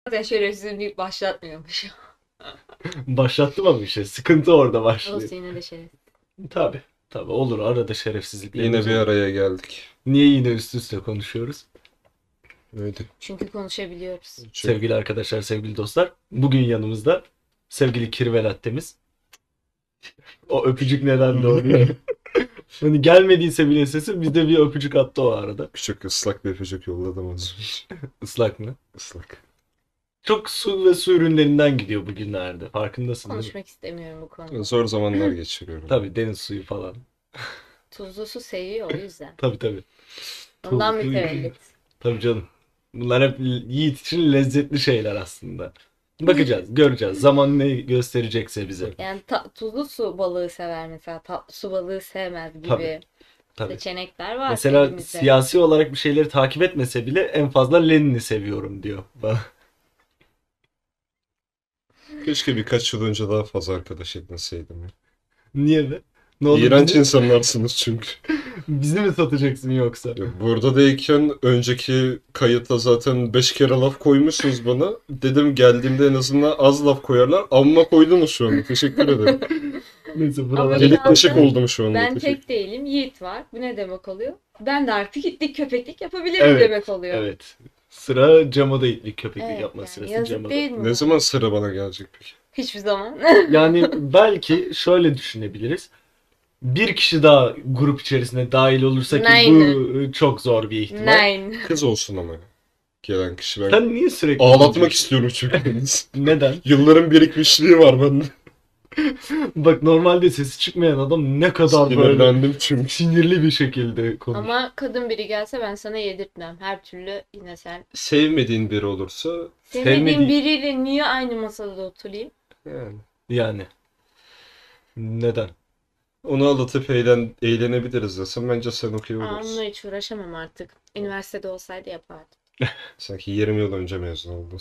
Zaten şerefsizlik başlatmıyormuş. Başlattım ama işte sıkıntı orada başlıyor. Olsun yine de şerefsiz. Tabii. Tabii olur, arada şerefsizliklerimiz Yine bir olur. araya geldik. Niye yine üst üste konuşuyoruz? Öyle. Çünkü konuşabiliyoruz. Sevgili arkadaşlar, sevgili dostlar. Bugün yanımızda sevgili Kirve Latte'miz. O öpücük neden doğru? Hani gelmediyse bile sesi bizde bir öpücük attı o arada. Küçük ıslak bir öpücük yolladım az önce. Islak mı? Islak. Çok su ve su ürünlerinden gidiyor bugünlerde. Farkındasın değil mi? Konuşmak istemiyorum bu konuda. Zor zamanlar geçiriyorum. Tabii, deniz suyu falan. Tuzlu su seviyor o yüzden. Tabii tabii. Ondan Tuzlu- mütevellit. Tabii canım. Bunlar hep Yiğit için lezzetli şeyler aslında. Bakacağız, göreceğiz. Zaman ne gösterecekse bize. Yani tuzlu su balığı sever mesela. Tatlı su balığı sevmez gibi Tabii, tabii. seçenekler var Mesela elimizde. siyasi olarak bir şeyleri takip etmese bile en fazla Lenin'i seviyorum diyor bana. Keşke birkaç yıl önce daha fazla arkadaş edinseydim ya. Niye be? Ne oldu? İğrenç insanlarsınız çünkü. Bizi mi satacaksın yoksa? Ya buradayken önceki kayıtta zaten 5 kere laf koymuşsunuz bana. Dedim geldiğimde en azından az laf koyarlar. Amma koydunuz şu anda. Teşekkür ederim. Neyse Ama buralar... bir Delik deşik anda oldum şu anda. Ben Teşekkür. tek değilim. Yiğit var. Bu ne demek oluyor? Ben de artık itlik köpeklik yapabilirim Evet, demek oluyor. evet. Sıra Cem'e de itlik köpeklik Evet, yapma yani sırası yazık Cem'e de. değil mi? Ne zaman sıra bana gelecek peki? Hiçbir zaman. Yani belki şöyle düşünebiliriz. Bir kişi daha grup içerisine dahil olursa ki bu çok zor bir ihtimal. Nine. Kız olsun ama ya. Gelen kişi ben. Sen niye sürekli... Ağlatmak istiyorum çünkü. Neden? Yılların birikmişliği var bende. Bak normalde sesi çıkmayan adam ne kadar böyle Sinirlendim çünkü. sinirli bir şekilde konuşuyor. Ama kadın biri gelse ben sana yedirtmem. Her türlü yine sen. Sevmediğin biri olursa Sevmediğim biriyle niye aynı masada oturayım? yani. Yani. Neden? Onu alıp eğlenebiliriz desem bence sen okey Onunla olursun. hiç uğraşamam artık. Üniversitede olsaydı yapardım. Sanki 20 yıl önce mezun oldun.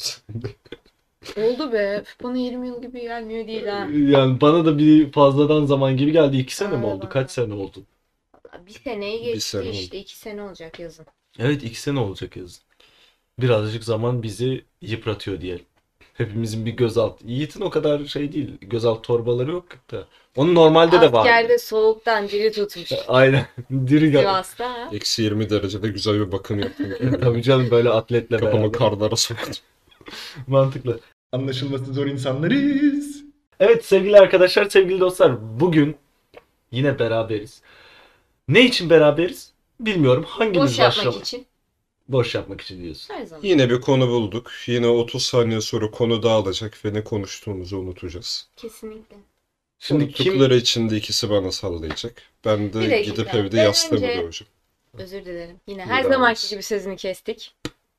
Oldu be. Bana 20 yıl gibi gelmiyor değil ha. Yani bana da bir fazladan zaman gibi geldi. 2 sene mi Bana da, oldu? bana Kaç da. sene oldu? Bir seneyi Bir geçti sene oldu. işte. 2 sene olacak yazın. Evet, 2 sene olacak yazın. Birazcık zaman bizi yıpratıyor diyelim. Hepimizin bir gözaltı. Yiğit'in o kadar şey değil. Gözaltı torbaları yok da. Onun normalde de vardı. Askerde soğuktan diri tutmuş. Aynen. Diri gel. Sivas'ta ha. Eksi 20 derecede güzel bir bakım yaptım. Tabii canım, böyle atletle Kafamı beraber. karlara soktum. Mantıklı. Anlaşılması zor insanlarız. Evet sevgili arkadaşlar, sevgili dostlar. Bugün yine beraberiz. Ne için beraberiz? Bilmiyorum. Hangimiz Boş yapmak başlamak? için. Boş yapmak için diyorsun. Her zaman. Yine bir konu bulduk. Yine 30 saniye sonra konu dağılacak ve ne konuştuğumuzu unutacağız. Kesinlikle. Şimdi kim... Unuttukları için de ikisi bana sallayacak. Ben Bir de dakika. gidip evde Ben yastığımı önce- döveceğim. Özür dilerim. Yine İyi her davranış. zamanki gibi sözünü kestik.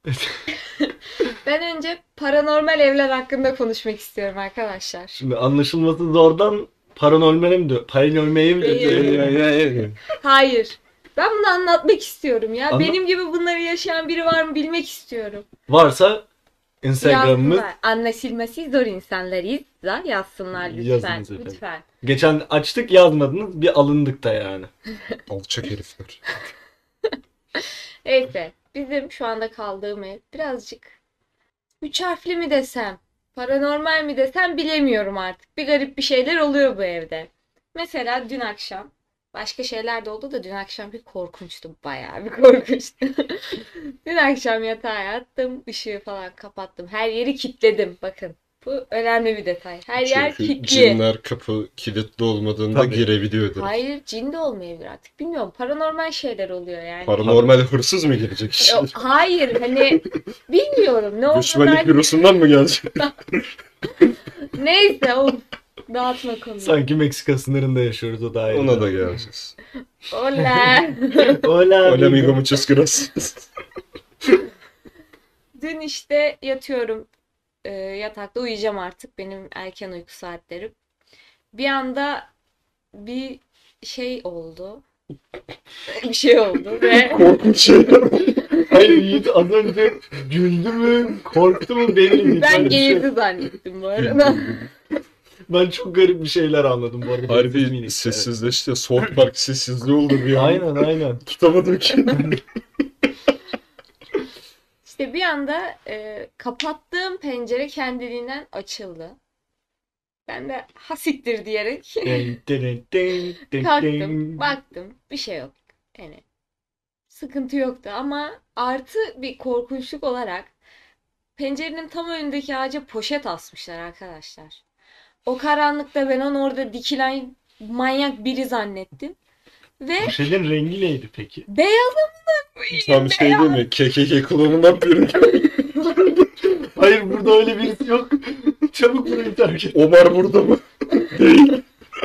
Ben önce paranormal evler hakkında konuşmak istiyorum arkadaşlar. Şimdi anlaşılması zordan paranormale mi diyor? Paranormale mi diyor? Hayır. Ben bunu anlatmak istiyorum ya. Anlat. Benim gibi bunları yaşayan biri var mı bilmek istiyorum. Varsa Instagram'ımız Yazsınlar. Anlaşılması zor insanlarız da yazsınlar lütfen. Yazınız efendim. Lütfen. geçen açtık, yazmadınız, bir alındık da yani. Alçak herifler. Neyse. Bizim şu anda kaldığım ev birazcık 3 harfli mi desem, paranormal mi desem bilemiyorum artık. Bir garip bir şeyler oluyor bu evde. Mesela dün akşam, başka şeyler de oldu da dün akşam bir korkunçtu. Bayağı bir korkunçtu. Dün akşam yatağa yattım, ışığı falan kapattım. Her yeri kilitledim. Bakın. Bu önemli bir detay. Her yer Çünkü kilitli. cinler kapı kilitli olmadığında Tabii. girebiliyor direkt. Hayır, cin de olmayabilir artık. Bilmiyorum. Paranormal şeyler oluyor yani. Paranormal hırsız mı girecek içeri? Hayır, hani bilmiyorum ne olduğunu. Düşmanlık bürosundan mı gelecek? Neyse, of. Dağıtma konuyu. Sanki Meksika sınırında yaşıyoruz o daire. Ona da geleceğiz. Hola. Hola Hola amigo, amigo. muchas gracias. Dün işte yatıyorum. Yatakta uyuyacağım artık. Benim erken uyku saatlerim. Bir anda bir şey oldu. Bir şey oldu ve Korkunç şeyler. Hayır, Yiğit az önce güldü mü, korktu mu belli değil. ben Böyle bir şey- geğirdi zannettim bu arada. Ben çok garip bir şeyler anladım bu arada. Sesim Harbi inik. sessizleşti ya. South Park sessizliği oldu bir Evet. an. Aynen aynen. Tutamadım ki. İşte İşte bir anda kapattığım pencere kendiliğinden açıldı. Ben de hasiktir diyerek kalktım, baktım. Bir şey yok. Yani sıkıntı yoktu ama artı bir korkunçluk olarak pencerenin tam önündeki ağaca poşet asmışlar arkadaşlar. O karanlıkta ben onu orada dikilen manyak biri zannettim. Ve Poşetin rengi neydi peki? beyaz Tam şey değil mi? KKK klonundan biri. Hayır, burada öyle birisi yok. Çabuk burayı terk et. Omar burada mı? Değil.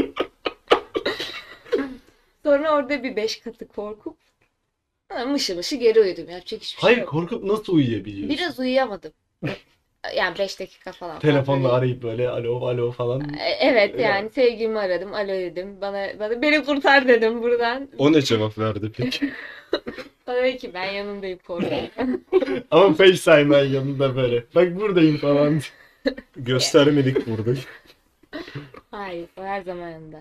Sonra orada bir 5 katı korkup mışı mışı geri uyudum. Yapacak hiçbir şey Hayır, yok. korkup nasıl uyuyabiliyorsun? Biraz uyuyamadım. Yani 5 dakika falan. Telefonla Böyle. arayıp böyle alo alo falan. Evet yani sevgilimi aradım. Alo dedim. Bana beni kurtar dedim buradan. O ne cevap verdi peki? Bana dedi ki ben yanındayım korkma. Ama FaceTime'dan yanında böyle. Bak buradayım falan. Göstermedik burada. Hayır o her zaman yanında.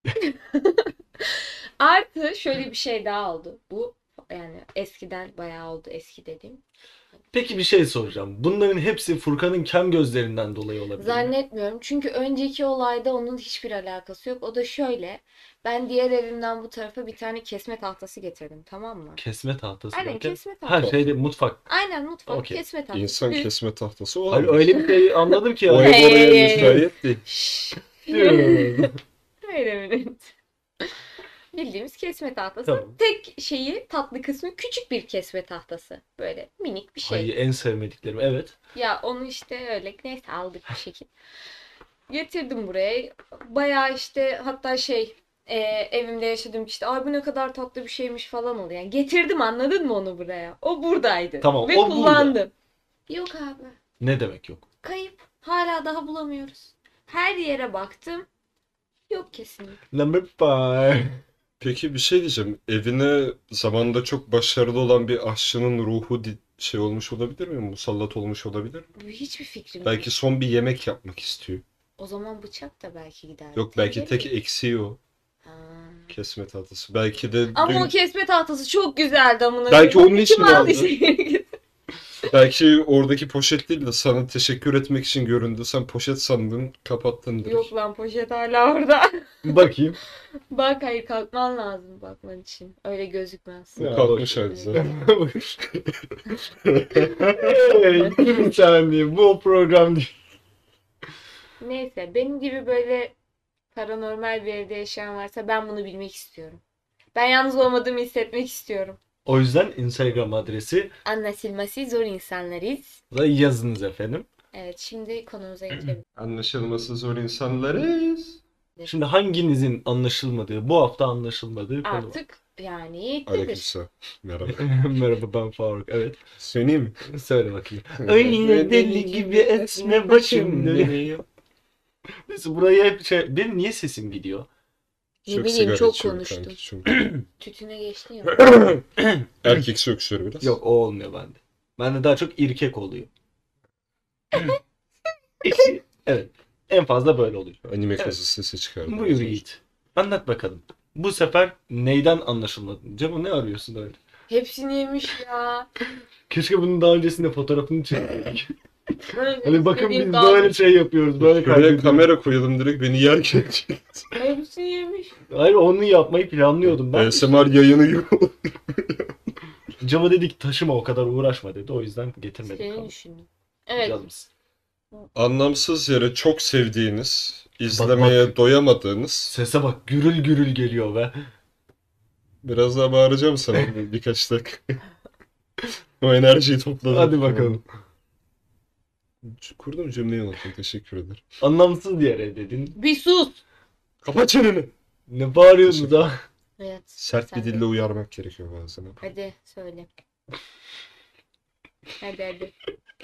Artı şöyle bir şey daha oldu. Bu yani eskiden bayağı oldu eski dediğim. Peki bir şey soracağım. Bunların hepsi Furkan'ın kem gözlerinden dolayı olabilir mi? Zannetmiyorum. Çünkü önceki olayda onun hiçbir alakası yok. O da şöyle. Ben diğer evimden bu tarafa bir tane kesme tahtası getirdim, tamam mı? Kesme tahtası Aynen derken? kesme Ha tahtası. şeyde mutfak. Aynen mutfak Okey. kesme tahtası. İnsan Büyük- kesme tahtası Hayır olamaz. öyle bir şey anladım ki. O ya. ev oraya Hey. müsait değil. Şşş. Diyorum. Wait a minute. Bildiğimiz kesme tahtası. Tamam. Tek şeyi tatlı kısmı küçük bir kesme tahtası. Böyle minik bir şey. Hayır, en sevmediklerim. Evet. Ya onu işte öyle neyse aldık bir şekilde. Getirdim buraya. Bayağı işte hatta evimde yaşadığım işte ay bu ne kadar tatlı bir şeymiş falan oldu. Yani getirdim anladın mı onu buraya? O buradaydı. Tamam, Ve o burada. kullandım. Yok abi. Ne demek yok? Kayıp. Hala daha bulamıyoruz. Her yere baktım. Yok kesinlikle. Number 5. Peki bir şey diyeceğim. Evine zamanında çok başarılı olan bir aşçının ruhu şey olmuş olabilir mi? Musallat olmuş olabilir mi? Hiçbir fikrim yok. Belki son bir yemek yapmak istiyor. O zaman bıçak da belki gider. Yok belki Tencere tek mi? eksiği o. Ha. Kesme tahtası. Belki de Ama o kesme tahtası çok güzeldi amına Belki koyayım. onun Kim için aldı aldı. işte? belki oradaki poşet değil de sana teşekkür etmek için göründü. Sen poşet sandın, kapattın direkt. Yok lan poşet hala orada. Bakayım. Bak hayır kalkman lazım bakman için. Öyle gözükmez. Bu Ya, kalkmış boş ver. hali zaten. Hey, bir saniye. Bu o program değil. Neyse benim gibi böyle paranormal bir evde yaşayan varsa ben bunu bilmek istiyorum. Ben yalnız olmadığımı hissetmek istiyorum. O yüzden Instagram adresi Anlaşılması zor insanlarız. da yazınız efendim. Evet şimdi konumuza geçelim. Anlaşılması zor insanlarız. Şimdi hanginizin anlaşılmadığı, bu hafta anlaşılmadığı konu var. Artık yani nedir? Aleykümselam. Merhaba. Merhaba, ben Faruk. Evet. Seni mi? Söyle bakayım. Öyle deli gibi esme başım dönüyor. Neyse buraya hep benim niye sesim gidiyor? Ne Çok bileyim sigara çok içiyorum konuştum. kanki çünkü. Tütüne geçtin ya. Erkek öksürüyor biraz. Yok, o olmuyor bende. Bende daha çok irkek oluyor. Evet. En fazla böyle oluyor. Anime Evet. kazı sesi çıkardı. Buyur Yiğit. Anlat bakalım. Bu sefer neyden anlaşılmadın? Cemo, ne arıyorsun öyle? Hepsini yemiş ya. Keşke bunun daha öncesinde fotoğrafını çektik. Böyle Hani bakın istediğim biz kalmış. böyle şey yapıyoruz. Böyle Şuraya kaydediyoruz. kamera koyalım direkt beni yerken. Hepsini yemiş. Hayır, onu yapmayı planlıyordum ben. ASMR yayını gibi. Cemo dedi ki taşıma, o kadar uğraşma dedi. O yüzden getirmedik. Seni Kaldı. düşündüm. Evet. Canımız. Anlamsız yere çok sevdiğiniz, izlemeye doyamadığınız. Sese bak, gürül gürül geliyor be. Biraz daha bağıracağım sana birkaç dakika. O enerjiyi topladım. Hadi bakalım. Kurdum cümleyi unuttum. Teşekkür ederim. Anlamsız yere dedin. Bir sus. Kapat çeneni. Ne bağırıyorsunuz ha? Evet. Sert bir sen de. dille uyarmak gerekiyor bazen. Hadi söyle. Hadi.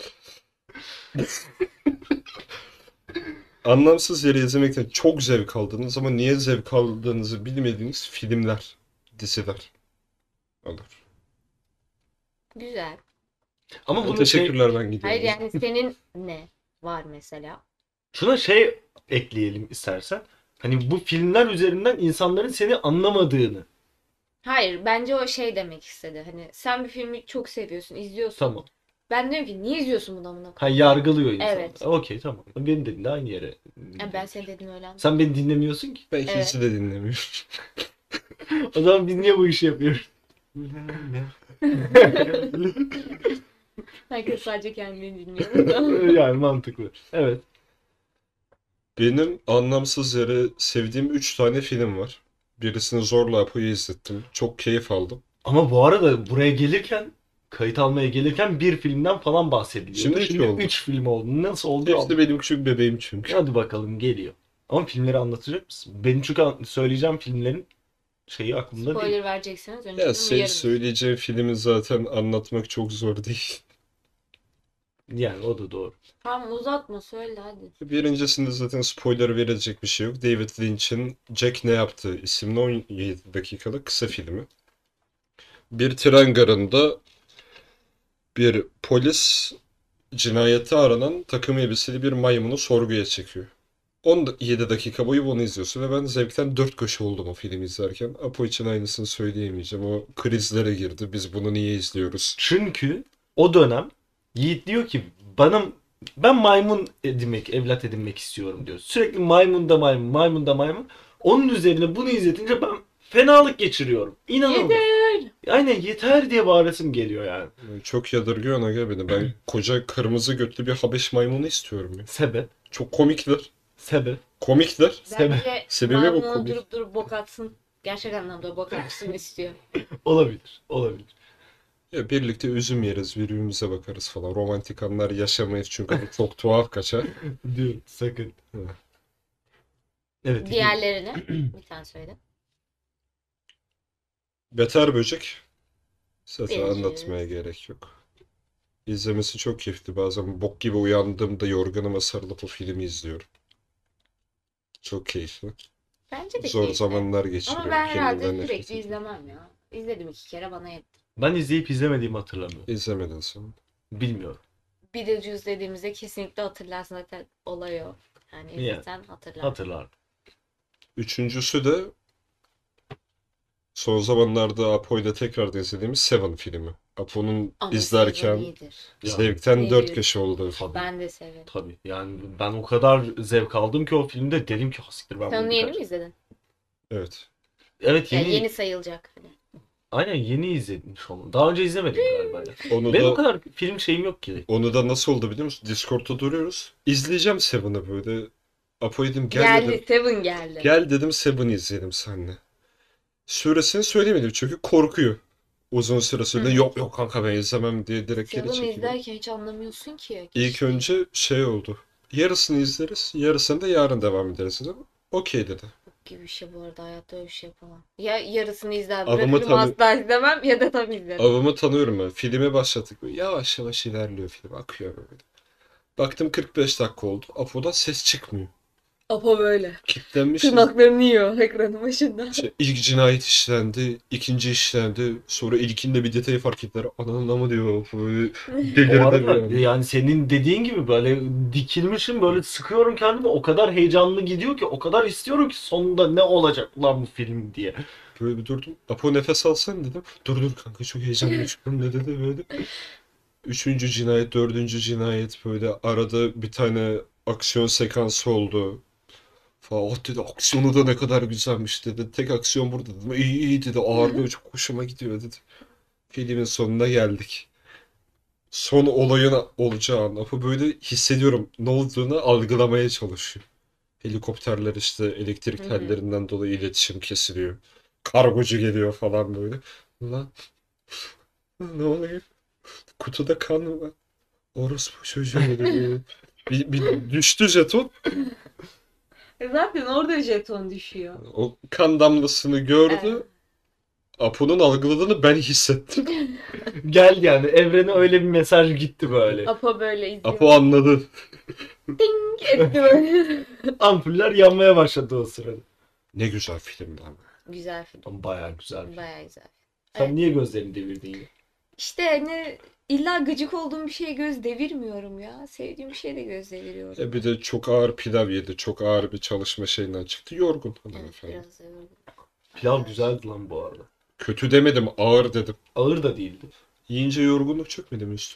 Anlamsız yere izlemekten çok zevk aldığınız ama niye zevk aldığınızı bilmediğiniz filmler, diziler olur. Güzel. Ama bunu Teşekkürler ben gidiyorum. Hayır yani senin ne var mesela? şuna ekleyelim istersen. Hani bu filmler üzerinden insanların seni anlamadığını. Hayır bence o şey demek istedi. Hani sen bir filmi çok seviyorsun, izliyorsun. Tamam. Ben diyorum ki niye izliyorsun bunu amına Ha, koyayım? yargılıyor insan. Evet. Okey, tamam. Benim dediğimde aynı yere. Yani ben senin dediğin öyle anladım. Sen beni dinlemiyorsun ki. Ben Evet. hiç de dinlemiyorum. O zaman biz niye bu işi yapıyoruz? Herkes sadece kendini dinliyor da. Yani mantıklı. Evet. Benim anlamsız yere sevdiğim 3 tane film var. Birisini zorla Apo'yu izlettim. Çok keyif aldım. Ama bu arada buraya gelirken, kayıt almaya gelirken bir filmden falan bahsediliyordu. Şimdi üç oldu. 3 film oldu. Nasıl oldu? Hepsi benim küçük bebeğim çünkü. Hadi bakalım, geliyor. Ama filmleri anlatacak mısın? Benim çünkü söyleyeceğim filmlerin şeyi aklımda değil. Spoiler verecekseniz Ya önceden senin uyarın. söyleyeceğin filmi zaten anlatmak çok zor değil. Yani o da doğru. Tamam uzatma söyle hadi. Birincisinde zaten spoiler verecek bir şey yok. David Lynch'in Jack Ne Yaptı isimli 17 dakikalık kısa filmi. Bir tren garında bir polis cinayette aranan takım elbiseli bir maymunu sorguya çekiyor. 17 dakika boyu bunu izliyorsun ve ben zevkten dört köşe oldum o filmi izlerken. Apo için aynısını söyleyemeyeceğim. O krizlere girdi. Biz bunu niye izliyoruz? Çünkü o dönem Yiğit diyor ki ben maymun edinmek, evlat edinmek istiyorum diyor. Sürekli maymun da maymun, maymun da maymun. Onun üzerine bunu izletince ben fenalık geçiriyorum. İnanılmaz. Yeter. Aynen, yeter diye bağırasım geliyor yani. Çok yadırgıyor aga beni. Ben koca kırmızı götlü bir Habeş maymunu istiyorum ya. Sebep. Çok komikler. Sebep. Komikler. Bence Sebebi bu maymunun komik. durup durup bok atsın. Gerçek anlamda bok atsın istiyor. Olabilir. Olabilir. Ya birlikte üzüm yeriz, birbirimize bakarız falan. Romantik anlar yaşamayız çünkü bu çok tuhaf kaçar. Diyor sakın. Evet. Evet. Diğerlerini bir tane söyle. Beter Böcek. Zaten Bileceğiz. anlatmaya gerek yok. İzlemesi çok keyifli. Bazen bok gibi uyandığımda yorganıma sarılıp o filmi izliyorum. Çok keyifli. Bence de Zor keyifli. zamanlar Ama geçiriyorum. ben herhalde Kendimden nefret sürekli ediyorum. izlemem ya. İzledim 2 kere bana yetti. Ben izleyip izlemediğimi hatırlamıyorum. İzlemedin sen. Bilmiyorum. Beetlejuice dediğimizde kesinlikle hatırlarsın zaten olay o. Yani Yani, izlesen hatırlarsın. Hatırlar. Üçüncüsü de son zamanlarda Apo'yla tekrar izlediğimiz Seven filmi. Apo'nun Ama izlerken Seven iyidir. Ya, zevkten ne dört diyorsun? köşe oldu. Tabii. Ben de severim. Tabii. Yani ben o kadar zevk aldım ki o filmde, dedim ki hastiktir ben Sen bunu onu yeni birkaç- mi izledin? Evet. Evet, Yani yeni. yeni sayılacak. Hani. Aynen, yeni izledim onu. Daha önce izlemedim galiba. Ya. Onu Benim o da kadar film şeyim yok ki. onu da nasıl oldu biliyor musun? Discord'da duruyoruz. İzleyeceğim Seven'ı böyle. Apo dedim gel dedim. Geldi. Seven geldi. Gel dedim Seven'ı izleyelim seninle. Süresini söylemedim çünkü korkuyor. Uzun süre sonra Hı. yok yok kanka ben izlemem diye direkt geri Seven çekiliyor. izlerken hiç anlamıyorsun ki. İlk Geçti. önce şey oldu. Yarısını izleriz, yarısını da yarın devam ederiz dedim. Okey dedi. Gibi bir şey bu arada hayatta öyle bir şey yapamam. Ya yarısını izler Avımı bırakırım tanı- asla izlemem ya da tam izlerim. Avımı tanıyorum ben. Filme başladık. Böyle yavaş yavaş ilerliyor film. Akıyor böyle. Baktım 45 dakika oldu. Apo'dan ses çıkmıyor. Apo böyle. Kilitlenmişiz. Tırnaklarını yiyor ekranın başında. İşte ilk cinayet işlendi, ikinci işlendi. Sonra ilkinde bir detayı fark ettiler. Ananın ama diyor. Böyle O delirdi arada yani. yani senin dediğin gibi böyle dikilmişim, böyle sıkıyorum kendimi, o kadar heyecanlı gidiyor ki, o kadar istiyorum ki sonunda ne olacak lan bu film diye. Böyle bir durdum. Apo nefes alsan dedim. Dur dur kanka çok heyecanlı çıkıyorum ne dedi böyle. Üçüncü cinayet, dördüncü cinayet böyle arada bir tane aksiyon sekansı oldu. Falan. Oh dedi aksiyonu da ne kadar güzelmiş dedi. Tek aksiyon burada dedim. İyi iyi dedi. Ağırlığı çok hoşuma gidiyor dedi. Filmin sonuna geldik. Son olayın olacağı an. Apo böyle hissediyorum ne olduğunu algılamaya çalışıyor. Helikopterler işte elektrik Hı hı. tellerinden dolayı iletişim kesiliyor. Kargocu geliyor falan böyle. Lan ne oluyor? Kutuda kan mı var? Orospu çocuğu dedi. Bir düştü jeton. Zaten orada jeton düşüyor. O kan damlasını gördü. Evet. Apo'nun algıladığını ben hissettim. Geldi yani, evrene öyle bir mesaj gitti böyle. Apo böyle izliyor. Apo anladı. Ding etti böyle. Ampuller yanmaya başladı o sırada. Ne güzel filmdi ama. Güzel film. Ama bayağı güzel. Bayağı güzel. Sen Evet. niye gözlerini devirdin ya? İşte hani illa gıcık olduğum bir şeye göz devirmiyorum ya. Sevdiğim bir şeye de göz deviriyorum. Bir de çok ağır pilav yedi. Çok ağır bir çalışma şeyinden çıktı. Yorgun Evet, hanımefendi. biraz öyle. Pilav güzeldi lan bu arada. Kötü demedim, ağır dedim. Ağır da değildi. Yiyince yorgunluk çökmedi mi üstüne?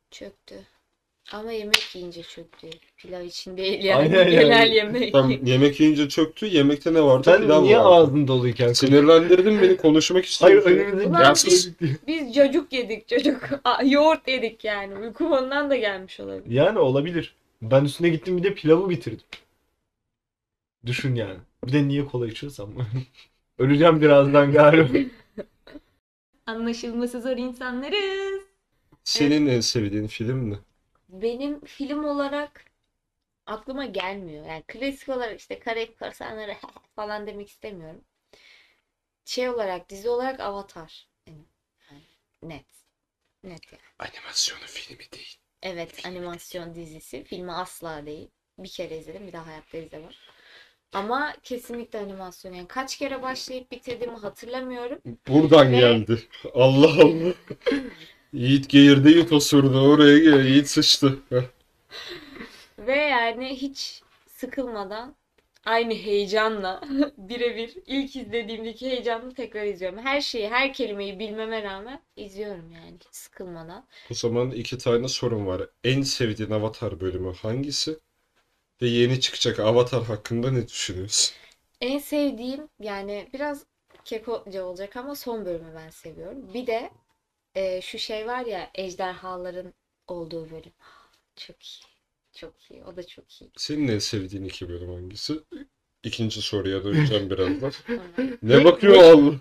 Çöktü. Ama yemek yiyince çöktü. Pilav için değil yani. Aynen Genel yani. yemek. Tam yemek yiyince çöktü. Yemekte ne vardı? Sen Pilav niye vardı. ağzın doluyken Sinirlendirdin beni, konuşmak Hayır istiyorum. önümüzde Ulan gaz biz- çocuk diye. Biz cacık yedik çocuk. Yoğurt yedik yani. Uykum ondan da gelmiş olabilir. Yani olabilir. Ben üstüne gittim bir de pilavı bitirdim. Düşün yani. Bir de niye kola içiyorsam. Öleceğim birazdan galiba. Anlaşılması zor insanlarız. Senin en sevdiğin film ne? Benim film olarak aklıma gelmiyor. Yani klasik olarak işte Karayip Korsanları falan demek istemiyorum. Şey olarak, dizi olarak Avatar. Yani net. Net yani. Animasyonu filmi değil. Evet, animasyon dizisi. Filmi asla değil. Bir kere izledim, bir daha hayatta izlemem. Ama kesinlikle animasyon. Yani kaç kere başlayıp bitirdiğimi hatırlamıyorum. Buradan Ve- geldi. Allah Allah. Yiğit geğirdi, Yiğit osurdu. Oraya gel. Yiğit sıçtı. Heh. Ve yani hiç sıkılmadan aynı heyecanla birebir ilk izlediğimdeki heyecanla tekrar izliyorum. Her şeyi, her kelimeyi bilmeme rağmen izliyorum yani hiç sıkılmadan. O zaman iki tane sorum var. En sevdiğin Avatar bölümü hangisi? Ve yeni çıkacak Avatar hakkında ne düşünüyorsun? En sevdiğim yani biraz kekoca olacak ama son bölümü ben seviyorum. Bir de şu şey var ya ejderhaların olduğu bölüm. Çok iyi. Çok iyi. O da çok iyi. Senin en sevdiğin iki bölüm hangisi? İkinci soruya döneceğim birazdan. Sonra. Ne bakıyor Allah?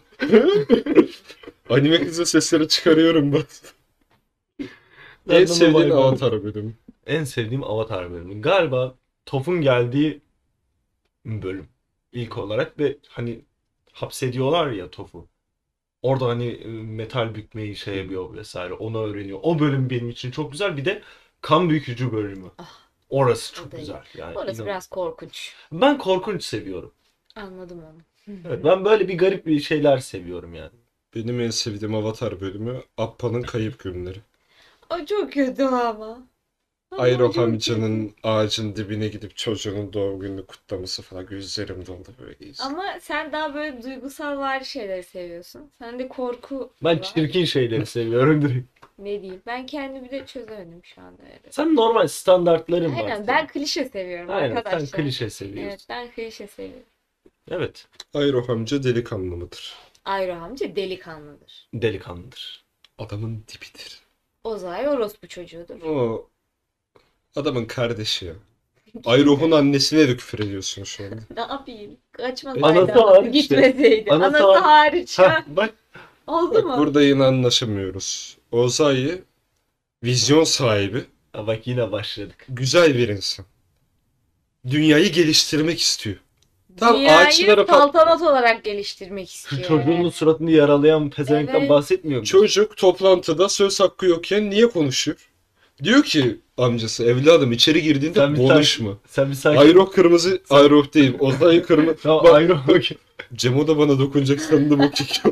Anime kızı sesleri çıkarıyorum ben. En Random sevdiğin olay var. Avatar bölümü. En sevdiğim Avatar bölümü. Galiba Top'un geldiği bölüm. İlk olarak ve hani hapsediyorlar ya Top'u. Orada hani metal bükmeyi şey yapıyor vesaire. Onu öğreniyor. O bölüm benim için çok güzel. Bir de kan bükücü bölümü. Ah, Orası o çok da iyi. güzel. Yani Orası inan- biraz korkunç. Ben korkunç seviyorum. Anladım onu. Evet, ben böyle bir garip bir şeyler seviyorum yani. Benim en sevdiğim Avatar bölümü Appa'nın kayıp günleri. O çok kötü ama. Ama Ayro o çok amcanın ağacın dibine gidip çocuğunun doğum gününü kutlaması falan gözlerim doldu böyle kötü. Ama sen daha böyle duygusal vari şeyleri seviyorsun. Sende korku Ben var. çirkin şeyleri seviyorum direkt. Ne diyeyim? Ben kendimi de çözemedim şu anda öyle. Sen normal standartların var. Aynen ben klişe seviyorum Aynen arkadaşlar. sen klişe seviyorsun. Evet ben klişe seviyorum. Evet. Ayro amca delikanlı mıdır? Ayro amca delikanlıdır. Delikanlıdır. Adamın dibidir. Ozay orospu çocuğudur. O adamın kardeşi ya. Ayroh'un annesine de küfür ediyorsun şu anda. Ne yapayım? Kaçmasaydı. Anası hariç de. Gitmeseydi. Anası Anası hariç. hariç. Hah, bak Oldu Bak mu? burada yine anlaşamıyoruz. Ozai vizyon sahibi, bak yine başladık. güzel bir insan. Dünyayı geliştirmek istiyor. Tam Dünyayı ağaçlara saltanat olarak geliştirmek Şu istiyor. çocuğunun suratını yaralayan pezevenkten Evet. bahsetmiyor musun? Çocuk toplantıda söz hakkı yokken niye konuşuyor? Diyor ki amcası, evladım içeri girdiğinde Sen bir konuşma. Sen bir sakin. Ayroh kırmızı, Ayroh değil. Ozai kırmızı. Tamam, Bak, ayrı okey. Cemo da bana dokunacak sandım o çekiyor.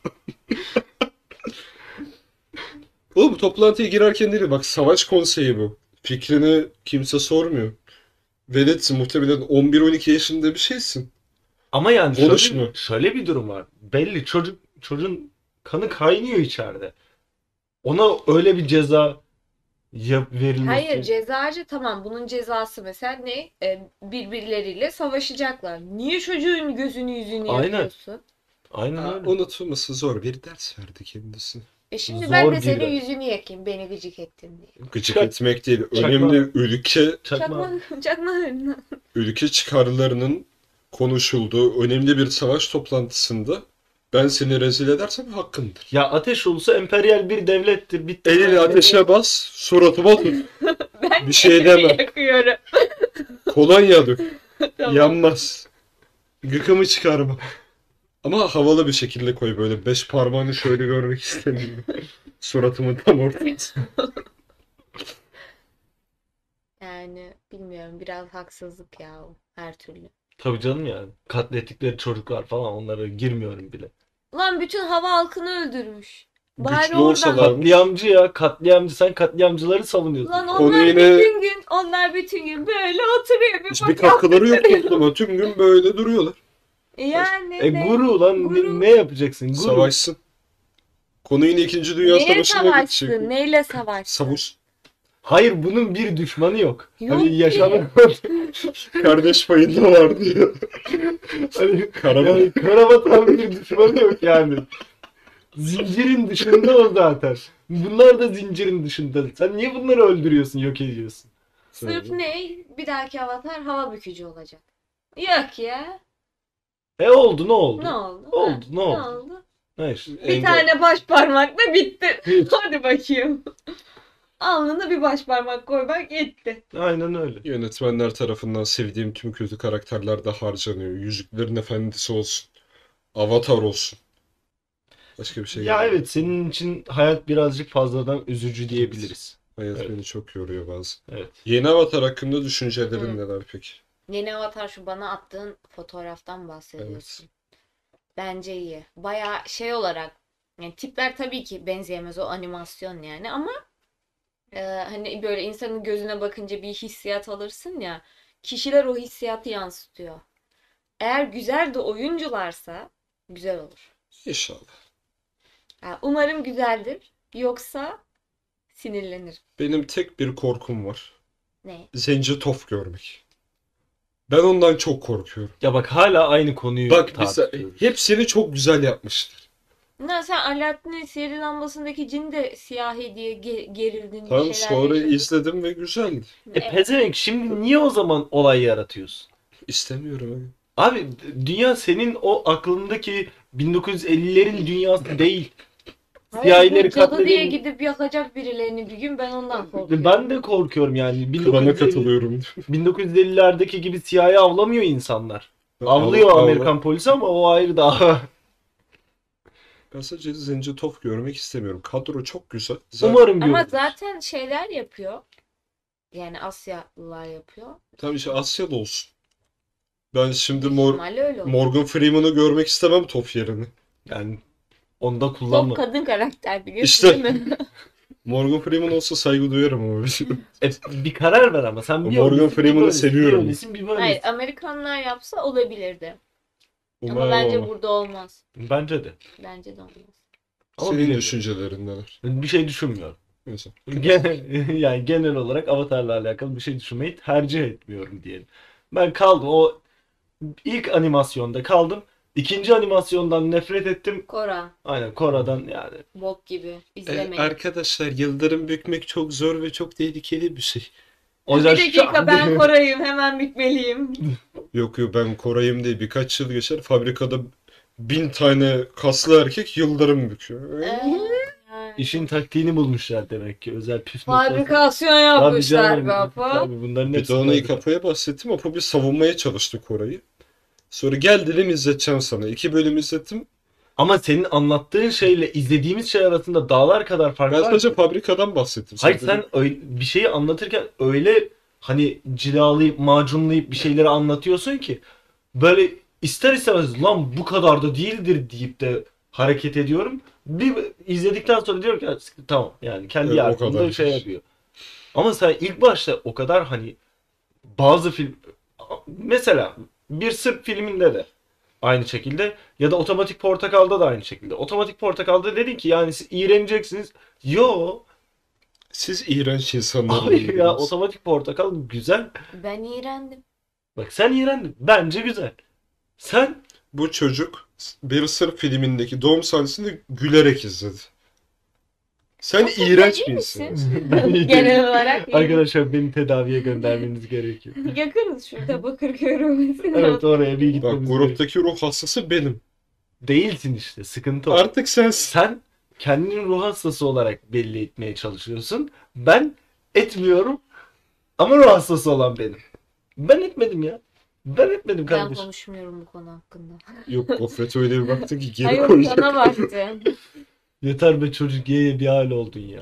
Oğlum toplantıya girerken değil, bak savaş konseyi bu. Fikrini kimse sormuyor. Veletsin, muhtemelen 11-12 yaşında bir şeysin. Ama yani Konuşma. şöyle bir durum var. Belli çocuğun kanı kaynıyor içeride. Ona öyle bir ceza verilmesi. Hayır cezacı tamam bunun cezası mesela ne? Birbirleriyle savaşacaklar. Niye çocuğun gözünü yüzünü Aynen. yakıyorsun? Aynen öyle. Unutulması zor bir ders verdi kendisine. Şimdi Zor ben de bir senin ders. yüzünü yakayım beni gıcık ettin diye. Gıcık Çak- etmek değil, çakma. önemli ülke Çakma. Çakma. ülke çıkarlarının konuşulduğu önemli bir savaş toplantısında ben seni rezil edersem hakkındır. Ya Ateş Ulusu emperyal bir devlettir. Bitti. Elini ateşe bas, suratıma tut. Ben Bir şey demem. yakıyorum. Kolonya dök. Tamam. Yanmaz. Gıkımı çıkarma. Ama havalı bir şekilde koy, böyle 5 parmağını şöyle görmek istemiyorum. Suratımın tam ortası. Yani bilmiyorum biraz haksızlık ya o her türlü. Tabii canım yani. Katlettikleri çocuklar falan onlara girmiyorum bile. Ulan bütün hava halkını öldürmüş. Bari Güçlü oradan. olsalar- Katliamcı ya. Katliamcı. Sen katliamcıları savunuyorsun. Lan Konu onlar yine- bütün gün böyle oturuyor bir Hiçbir bak. katkıları yok topluma. Tüm gün böyle duruyorlar. Yani ne? Guru lan Guru. ne yapacaksın? Guru. Savaşsın. Konu yine 2. Dünya Neye Savaşı'na savaşsın? gidecek. Neyle savaşsın? Savaş. Hayır, bunun bir düşmanı yok. Yok Hani ki. yaşanan Kardeş payında var diyor. hani Karaman. yani Karabasan bir düşmanı yok yani. Zincirin dışında o zaten. Bunlar da zincirin dışında. Sen niye bunları öldürüyorsun, yok ediyorsun? Sırf ne? Bir dahaki avatar hava bükücü olacak. Yok ya. Oldu, ne oldu? Ne oldu? Oldu, Ha, ne oldu? oldu? Hayır. Bir tane baş parmakla bitti. Hiç. Hadi bakayım. Alnına bir baş parmak koymak yetti. Aynen öyle. Yönetmenler tarafından sevdiğim tüm kötü karakterler de harcanıyor. Yüzüklerin Efendisi olsun. Avatar olsun. Başka bir şey Ya gelmiyor. evet, senin için hayat birazcık fazladan üzücü diyebiliriz. Hayat Evet. beni çok yoruyor bazen. Evet. Yeni Avatar hakkında düşüncelerin Hı. neler peki? Yeni avatar, şu bana attığın fotoğraftan bahsediyorsun. Bence iyi. Baya şey olarak, yani tipler tabii ki benzeyemez, o animasyon yani, ama hani böyle insanın gözüne bakınca bir hissiyat alırsın ya. Kişiler o hissiyatı yansıtıyor. Eğer güzel de oyuncularsa güzel olur. İnşallah. Yani umarım güzeldir. Yoksa sinirlenir. Benim tek bir korkum var. Ne? Zenci Tof görmek. Ben ondan çok korkuyorum. Ya bak, hala aynı konuyu Bak mesela tartışıyoruz. hepsini çok güzel yapmışlar. Ne, sen Alaaddin'in sihirli lambasındaki cin de siyahi diye gerildin, bir Tamam şeyler sonra yaşadın. izledim ve güzeldi. Evet. Pezevenk, şimdi niye o zaman olay yaratıyorsun? İstemiyorum. Abi, dünya senin o aklındaki 1950'lerin dünyası değil. Hayır, Siyahileri bu cadı diye katledelim. gidip yakacak birilerini bir gün, ben ondan korkuyorum. Ben de korkuyorum yani. Kıvana katılıyorum. 1950'lerdeki gibi siyahi avlamıyor insanlar. Avlıyor Allah- Amerikan polisi ama o ayrı daha. Ben sadece Zenci Tof görmek istemiyorum. Kadro çok güzel. Zaten, Umarım Ama görürüz. zaten şeyler yapıyor. Yani Asyalılar yapıyor. tam işte Asya'da olsun. Ben şimdi Büyük ihtimalle öyle olur. Morgan Freeman'ı görmek istemem Tof yerine. Yani onu da Top kullanma. kadın karakter, biliyorsun İşte. değil mi? Morgan Freeman olsa saygı duyarım ama. Bir karar ver ama sen bir Morgan öylesin, bir Freeman'ı böylesin, seviyorum. Bir öylesin, bir Hayır, böylesin. Amerikanlar yapsa olabilirdi. Ama Umarım bence ama. burada olmaz. Bence de. Bence de olmaz. Ama Senin bilemiyorum. düşüncelerin neler? Bir şey düşünmüyorum. Neyse. Yani genel olarak Avatar'la alakalı bir şey düşünmeyi tercih etmiyorum diyelim. Ben kaldım. O ilk animasyonda kaldım. İkinci animasyondan nefret ettim. Kora, Aynen, Kora'dan yani. bok gibi. İzlemeyin. Arkadaşlar yıldırım bükmek çok zor ve çok tehlikeli bir şey. O Bir yüzden dakika, ben Koray'ım, hemen bükmeliyim. Yok ben Koray'ım değil, birkaç yıl geçer fabrikada 1000 tane kaslı erkek yıldırım büküyor. Yani. işin taktiğini bulmuşlar demek ki. Özel püf noktası. Fabrikasyon Tabii yapmışlar canım. baba. Tabii bunların Bir hepsi de onu fabrika. Apo'ya bahsettim. Apo bir savunmaya çalıştı Koray'ı. Sonra gel dedim izleteceğim sana. 2 bölüm izlettim. Ama senin anlattığın şeyle izlediğimiz şey arasında dağlar kadar fark Ben var. sadece fabrikadan bahsettim. Hayır, Sadece. sen bir şeyi anlatırken öyle hani cilalayıp macunlayıp bir şeyleri anlatıyorsun ki böyle ister istemez lan bu kadar da değildir deyip de hareket ediyorum. Bir izledikten sonra diyorum ki "Ya, tamam yani kendi Evet, o aklında kadar. şey yapıyor." Ama sen ilk başta o kadar hani bazı film mesela bir Sırp filminde de aynı şekilde ya da Otomatik Portakal'da da aynı şekilde. Otomatik Portakal'da dedin ki yani siz iğreneceksiniz. Yo, Siz iğrenç insanlar. hayır ya, Otomatik Portakal güzel. Ben iğrendim. Bak, sen iğrendin. Bence güzel. Sen Bu çocuk bir Sırp filmindeki doğum sahnesini gülerek izledi. Sen Yoksa iğrenç sen iyi bir misin? insansın. Ben iyi değilim. Genel olarak iyi. Arkadaşlar, beni tedaviye göndermeniz gerekiyor. Yakınız şurada, Bakırköy Romesi'ne. Evet, oraya bir Bak gitmemiz gerekiyor. gruptaki ruh hastası benim. Değilsin işte. Sıkıntı o. Artık sensin. Sen kendini ruh hastası olarak belli etmeye çalışıyorsun. Ben etmiyorum. Ama ruh hastası olan benim. Ben etmedim ya. Ben etmedim Ben kardeşim. konuşmuyorum bu konu hakkında. Yok Gofret öyle bir baktın ki geri Hayır, koyacak. sana baktım. Yeter be çocuk, ye bir hal oldun ya.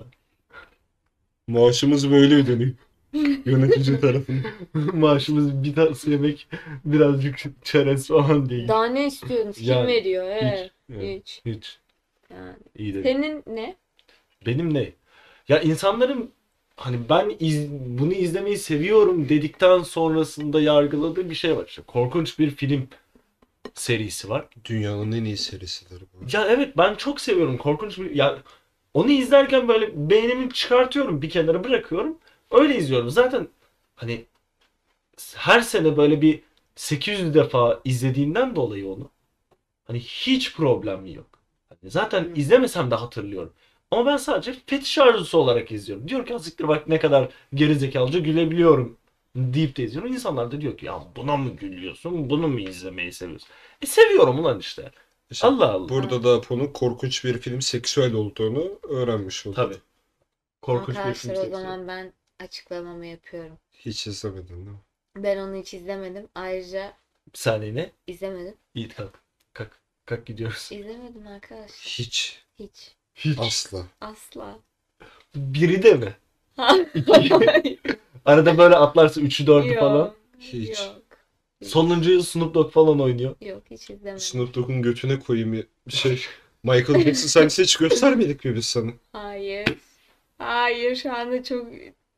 Maaşımız böyle ödeniyor. Yönetici tarafından. Maaşımız bir tas yemek, birazcık çerez falan değil. Daha ne istiyorsunuz? Kim Yani, veriyor? Evet. Evet. Hiç. Hiç. Yani. İyi de. Senin ne? Benim ne? Ya insanların hani bunu izlemeyi seviyorum dedikten sonrasında yargıladığı bir şey var. İşte korkunç bir film serisi var. Dünyanın en iyi serisidir bu. Ya evet, ben çok seviyorum korkunç bir, ya onu izlerken böyle beynimi çıkartıyorum, bir kenara bırakıyorum. Öyle izliyorum. Zaten hani her sene böyle bir 800 defa izlediğinden dolayı onu hani hiç problem yok. Hani zaten izlemesem de hatırlıyorum. Ama ben sadece fetiş arzusu olarak izliyorum. Diyor ki azıcık bak ne kadar gerizekalıca gülebiliyorum deyip de izliyorum. İnsanlar da diyor ki ya buna mı gülüyorsun? Bunu mu izlemeyi seviyorsun? Seviyorum ulan işte. İşte Allah Allah. burada da Apo'nun korkunç bir film seksüel olduğunu öğrenmiş olduk. Tabii. Korkunç bir film Arkadaşlar o seksi. zaman ben açıklamamı yapıyorum. Hiç izlemedin değil mi? Ben onu hiç izlemedim. Ayrıca Bir saniye ne? izlemedim. Yiğit kalk. Kalk. Kalk gidiyoruz. İzlemedim arkadaşlar. Hiç. Hiç. Hiç. Asla. Asla. Biri de mi? Hayır. Arada böyle atlarsa 3'ü 4'ü Yok. falan. Hiç. Yok. Sonuncuyu Snoop Dogg falan oynuyor. Yok hiç izlemedim. Snoop Dogg'un götüne koyayım bir şey. Michael Jackson sahnesi hiç göstermedik mi biz sana? Hayır. Hayır şu anda çok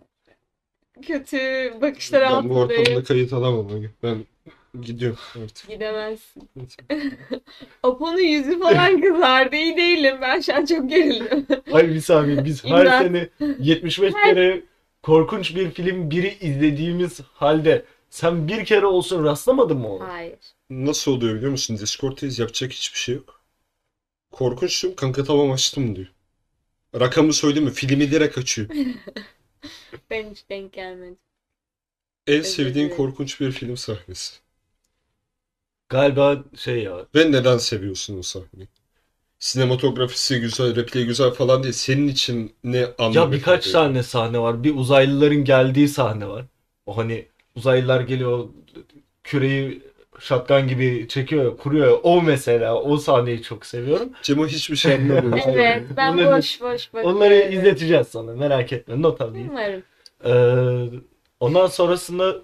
kötü bakışlar Ben bu ortamda altındayım. kayıt alamam. Ben gidiyorum artık. Gidemezsin. Apo'nun yüzü falan kızardı. İyi değilim. Ben şu an çok gerildim. Hayır bir saniye biz her İmdat. sene 75 kere korkunç bir film biri izlediğimiz halde sen bir kere olsun rastlamadın mı ona? Hayır. Nasıl oluyor biliyor musun? Discord'tayız, yapacak hiçbir şey yok. Korkunçtum, kanka tamam açtım diyor. Rakamı söyleyeyim mi? Filmi direkt açıyor. Ben hiç denk gelmedim. En Özür sevdiğin dilerim. korkunç bir film sahnesi. Galiba şey ya. Ve neden seviyorsun o sahneyi? Sinematografisi güzel, repliği güzel falan değil. Senin için ne anlam Ya birkaç ifade ediyor? tane sahne var. Bir uzaylıların geldiği sahne var. O hani uzaylılar geliyor küreyi şatkan gibi çekiyor ya, kuruyor ya. O mesela o sahneyi çok seviyorum. Cemo hiçbir şey anlamıyor. Evet. Ben Bunları- boş boş bakıyorum. Onları izleteceğiz sana merak etme. Not alayım. Umarım. Ondan sonrasında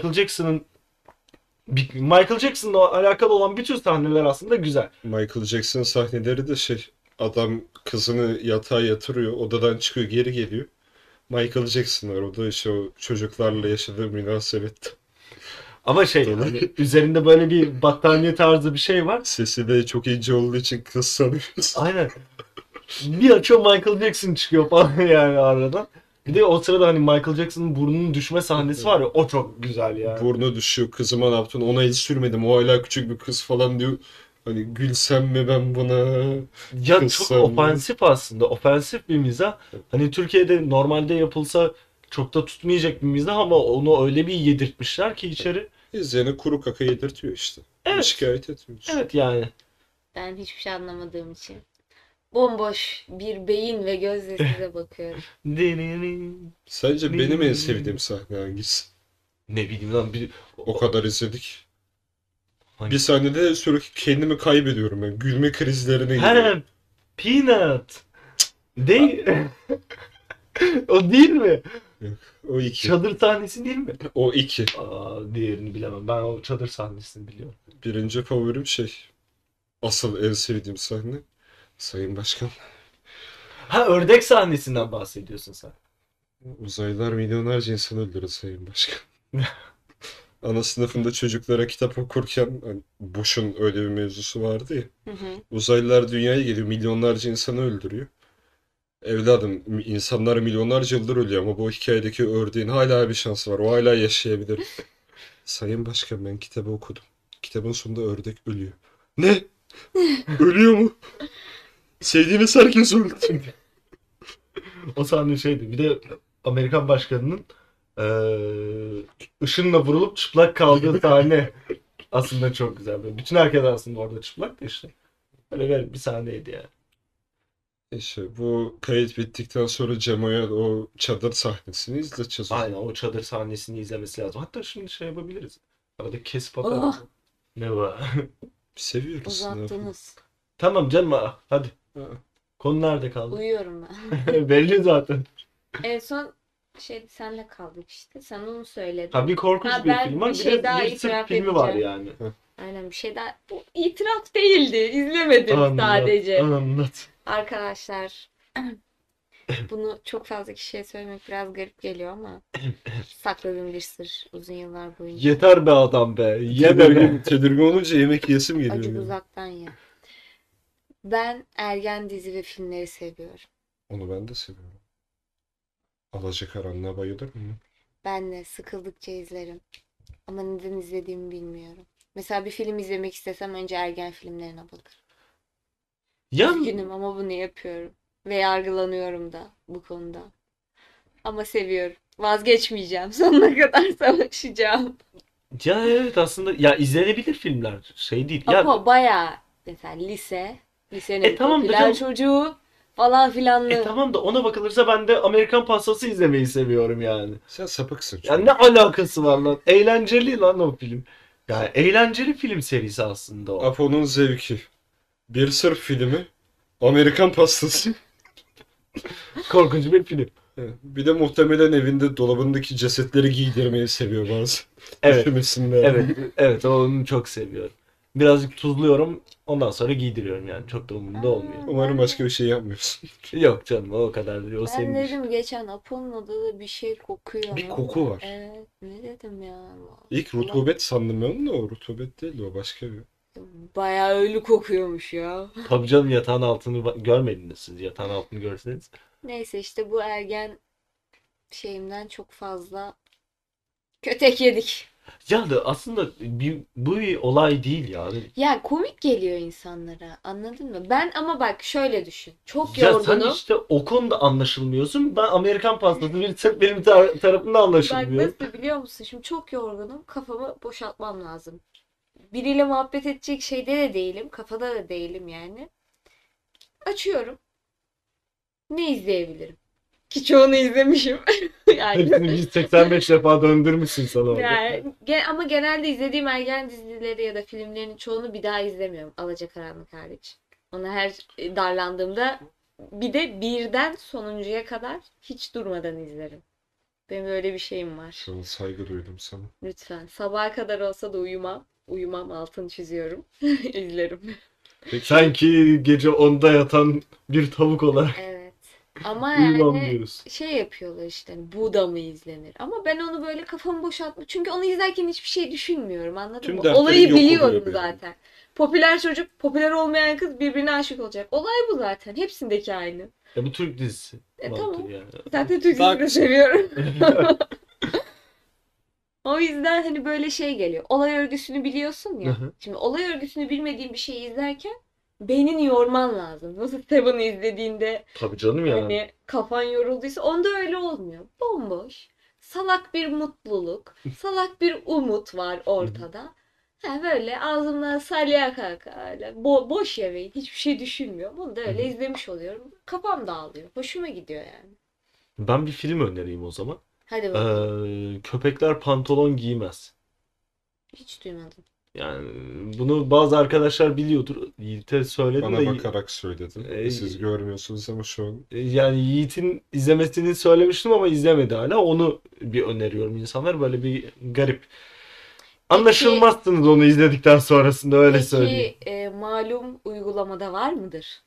Michael Jackson'la alakalı olan bütün sahneler aslında güzel. Michael Jackson sahneleri de şey, adam kızını yatağa yatırıyor, odadan çıkıyor, geri geliyor. Michael Jackson var, o da işte o çocuklarla yaşadığı münasebet. Ama şey Doğru. hani üzerinde böyle bir battaniye tarzı bir şey var. Sesi de çok ince olduğu için kız sanıyoruz. Aynen. Bir açıyor Michael Jackson çıkıyor falan yani aradan. Bir de o sırada hani Michael Jackson'ın burnunun düşme sahnesi var ya o çok güzel yani. Burnu düşüyor, kızıma ne yaptın? Ona el sürmedim, o hala küçük bir kız falan diyor. Hani gülsem mi ben buna? Ya çok Kızsam mı? ofensif aslında. Ofensif bir mizah. Hani Türkiye'de normalde yapılsa çok da tutmayacak bir mizah ama onu öyle bir yedirtmişler ki içeri. İzleyene kuru kaka yedirtiyor işte. Evet. Şikayet etmiyoruz. Evet yani. Ben hiçbir şey anlamadığım için. Bomboş bir beyin ve gözle size bakıyorum. Sence benim en sevdiğim sahne hangisi? Ne bileyim lan O kadar izledik. Hangi- Bir sahnede sürekli kendimi kaybediyorum ben. Gülme krizlerine giriyorum. He, Peanut. Değil. O değil mi? O iki. Çadır sahnesi değil mi? O iki. Diğerini bilemem. Ben o çadır sahnesini biliyorum. Birinci favorim şey. Asıl en sevdiğim sahne. Sayın Başkan. Ha ördek sahnesinden bahsediyorsun sen. Uzaylılar milyonlarca insan öldürür Sayın Başkan. Ana sınıfında çocuklara kitap okurken hani Bush'un öyle bir mevzusu vardı ya. Hı hı. Uzaylılar dünyaya geliyor, milyonlarca insanı öldürüyor. Evladım, insanlar milyonlarca yıldır ölüyor ama bu hikayedeki ördeğin hala bir şansı var. O hala yaşayabilir. Sayın Başkan, ben kitabı okudum. Kitabın sonunda ördek ölüyor. Ne? Ölüyor mu? Sevdiğiniz herkes öldü. O sahne şeydi. Bir de Amerikan başkanının ışınla vurulup çıplak kaldığı sahne aslında çok güzel. Böyle bütün herkes aslında orada çıplak da işte. Öyle bir sahneydi yani. İşte bu kayıt bittikten sonra Cemo'ya o çadır sahnesini izleteceğiz. o Aynen zaman. o çadır sahnesini izlemesi lazım. Hatta şimdi şey yapabiliriz. Arada kesip Oh. atarız. Ne var? Seviyoruz. ne yapalım. Uzattınız. Tamam canım hadi. Ha. Konu nerede kaldı? Uyuyorum ben. Belli zaten. En son senle kaldık işte. Sen onu söyledin. Ha bir korkunç Ha, bir ben film var. bir Bir şey de daha bir Sırp itiraf filmi var edeceğim. yani. Aynen bir şey daha. Bu itiraf değildi. İzlemedim Anlat, sadece. anlat. Arkadaşlar bunu çok fazla kişiye söylemek biraz garip geliyor ama sakladığım bir sır uzun yıllar boyunca. Yeter be adam be. Ye be be. Tedirgin olunca yemek yesim geliyor. Acı benim. uzaktan ya. Ben ergen dizi ve filmleri seviyorum. Onu ben de seviyorum. Alacakaranlığa bayılır mı? Ben de sıkıldıkça izlerim. Ama neden izlediğimi bilmiyorum. Mesela bir film izlemek istesem önce ergen filmlerine bakarım. Ya Üzgünüm ama bunu yapıyorum. Ve yargılanıyorum da bu konuda. Ama seviyorum. Vazgeçmeyeceğim. Sonuna kadar savaşacağım. ya evet aslında ya izlenebilir filmler şey değil. Ya Apo bayağı mesela lise. Lisenin tamam da popüler canım. çocuğu falan filanlı. Tamam da ona bakılırsa ben de Amerikan Pastası izlemeyi seviyorum yani. Sen sapıksın Ya çünkü. ne alakası var lan? Eğlenceli lan o film. Yani eğlenceli film serisi aslında o. Apo'nun zevki. Bir sırf filmi. Amerikan pastası. Korkunç bir film. Evet. Bir de muhtemelen evinde dolabındaki cesetleri giydirmeyi seviyor bazı. Evet. Üşümesinler. Evet. Evet onu çok seviyorum. Birazcık tuzluyorum. Ondan sonra giydiriyorum yani. Çok da umurumda olmuyor. Umarım başka bir şey yapmıyorsun. Yok canım o kadar değil. O Ben senin işin. dedim geçen Apo'nun odada bir şey kokuyor. Bir koku var. Evet, ne dedim ya? İlk rutubet sandım ben onu da o rutubet değil o başka bir. Bayağı ölü kokuyormuş ya. Tabii canım yatağın altını görmediniz siz. Yatağın altını görseniz. Neyse işte bu ergen şeyimden çok fazla kötek yedik. Ya da aslında bu bir olay değil ya. Ya komik geliyor insanlara. Anladın mı? Ben ama bak şöyle düşün. Çok Ya sen yorgunum. işte o konuda anlaşılmıyorsun. Ben Amerikan pastası benim tarafımda Bak anlaşılmıyor. nasıl biliyor musun? Şimdi çok yorgunum. Kafamı boşaltmam lazım. Biriyle muhabbet edecek şeyde de değilim. Kafada da değilim yani. Açıyorum. Ne izleyebilirim? Ki çoğunu izlemişim. Yani, Hepsini 185 defa döndürmüşsün sana orada. yani ama genelde izlediğim ergen dizileri ya da filmlerin çoğunu bir daha izlemiyorum. Alacakaranlık hariç. Ona her darlandığımda bir de birden sonuncuya kadar hiç durmadan izlerim. Benim öyle bir şeyim var. Şu an saygı duydum sana. Lütfen. Sabaha kadar olsa da uyumam. Uyumam altını çiziyorum. İzlerim. Peki Sanki gece 10'da yatan bir tavuk olarak Evet. Ama uyumam yani diyoruz. şey yapıyorlar işte hani bu da mı izlenir? Ama ben onu böyle kafamı boşaltma. Çünkü onu izlerken hiçbir şey düşünmüyorum anladın Tüm mı? dertlerin Olayı yok oluyor biliyorum benim. zaten. Popüler çocuk, popüler olmayan kız birbirine aşık olacak. Olay bu zaten. Hepsindeki aynı. Ya bu Türk dizisi. Tamam. Mantığı yani. Zaten Türk dizisini de seviyorum. O yüzden hani böyle şey geliyor. Olay örgüsünü biliyorsun Hı ya. hı. Şimdi olay örgüsünü bilmediğin bir şeyi izlerken beynini yorman lazım. Nasıl Seven'ı izlediğinde Tabii canım ya. hani kafan yorulduysa onda öyle olmuyor. Bomboş. Salak bir mutluluk, salak bir umut var ortada. Ha böyle ağzımdan salya kaka öyle boş yemeğin hiçbir şey düşünmüyorum. Bunu da öyle izlemiş oluyorum. Kafam dağılıyor. Hoşuma gidiyor yani. Ben bir film önereyim o zaman. Hadi bakalım. Köpekler pantolon giymez. Hiç duymadım. Yani bunu bazı arkadaşlar biliyordur. Yiğit'e söyledim bana de bakarak söyledin. e, Siz görmüyorsunuz ama şu an yani Yiğit'in izlemesini söylemiştim ama izlemedi hala. Onu bir öneriyorum insanlar. Böyle bir garip. Anlaşılmazsınız onu izledikten sonrasında öyle söyleyeyim. Peki malum uygulamada var mıdır?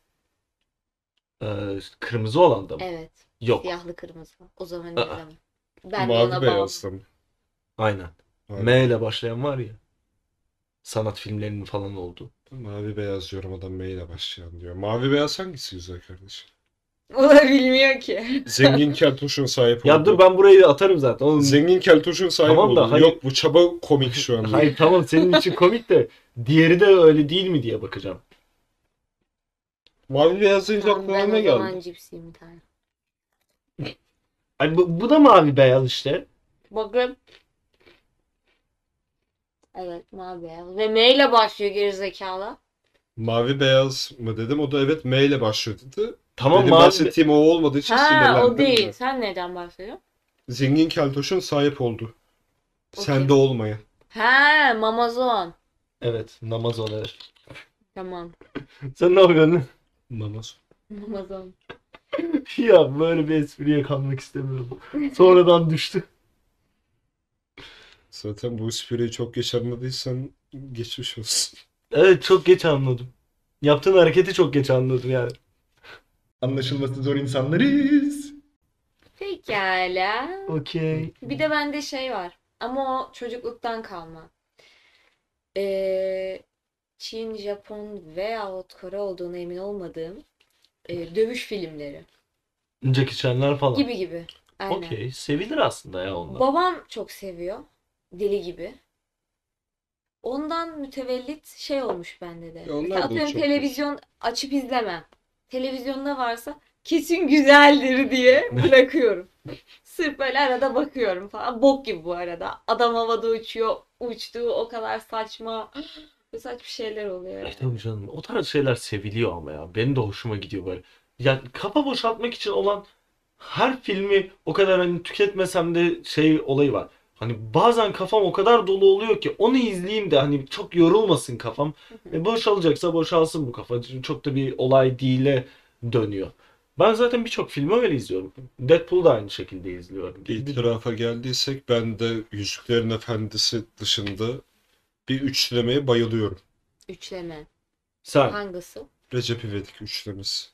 Kırmızı olan da mı? Evet. Yok. Siyahlı kırmızı. O zaman Aa. izleme. Ben de ona mavi bağlı. beyazda mı? Aynen. Mavi, M ile başlayan var ya. Sanat filmlerinin falan olduğu. mavi beyaz diyorum adam M ile başlayan diyor. Mavi beyaz hangisi güzel kardeşim? O da bilmiyor ki. Zengin keltoşun sahip Ya olduğu. dur ben burayı da atarım zaten. Onun... Zengin keltoşun sahip Tamam da olduğu. hayır. Yok bu çaba komik şu an. Hayır tamam senin için komik de diğeri de öyle değil mi diye bakacağım. Mavi beyaz deyince Tamam, aklına ben ne o zaman geldi? cipsiyim bir tane. Ay bu da mavi beyaz işte. Bakın. Evet mavi beyaz. Ve M ile başlıyor gerizekalı. Mavi beyaz mı dedim. O da evet M ile başlıyor dedi. Tamam Benim mavi bahsettiğim o olmadığı için Ha sinirlendim. o değil. ben. Sen neden bahsediyorsun? Zengin keltoşun sahip olduğu. O Sende kim? olmayan. Ha Mamazon. Evet namaz olarak. Tamam. Sen ne yapıyorsun? Namaz. Mamazon. Ya böyle bir espriye kalmak istemiyorum. Sonradan düştü. Zaten bu espriyi çok geç anladıysan geçmiş olsun. Evet çok geç anladım. Yaptığın hareketi çok geç anladım yani. Anlaşılması zor insanlarız. Pekala. Okey. Bir de bende şey var. Ama o çocukluktan kalma. Çin, Japon veyahut Kore olduğuna emin olmadığım dövüş filmleri. Jackie Chan'lar falan. Gibi gibi. Aynen. Okey. Sevilir aslında ya onlar. Babam çok seviyor. Deli gibi. Ondan mütevellit şey olmuş bende de. Ya onlar Mesela da atıyorum çok televizyon açıp izlemem. Televizyonda varsa kesin güzeldir diye bırakıyorum. Sırf böyle arada bakıyorum falan. Bok gibi bu arada. Adam havada uçuyor. Uçtuğu o kadar saçma. Saçma şeyler oluyor yani. Tabii canım. O tarz şeyler seviliyor ama ya. Benim de hoşuma gidiyor böyle. Yani kafa boşaltmak için olan her filmi o kadar hani tüketmesem de şey olayı var. Hani bazen kafam o kadar dolu oluyor ki onu izleyeyim de hani çok yorulmasın kafam. Boşalacaksa boşalsın bu kafa. Çok da bir olay değile dönüyor. Ben zaten birçok filmi öyle izliyorum. Deadpool'u da aynı şekilde izliyorum. İtirafa geldiysek ben de Yüzüklerin Efendisi dışında bir üçlemeye bayılıyorum. Üçleme. Sen Hangisi? Recep İvedik üçlemesi.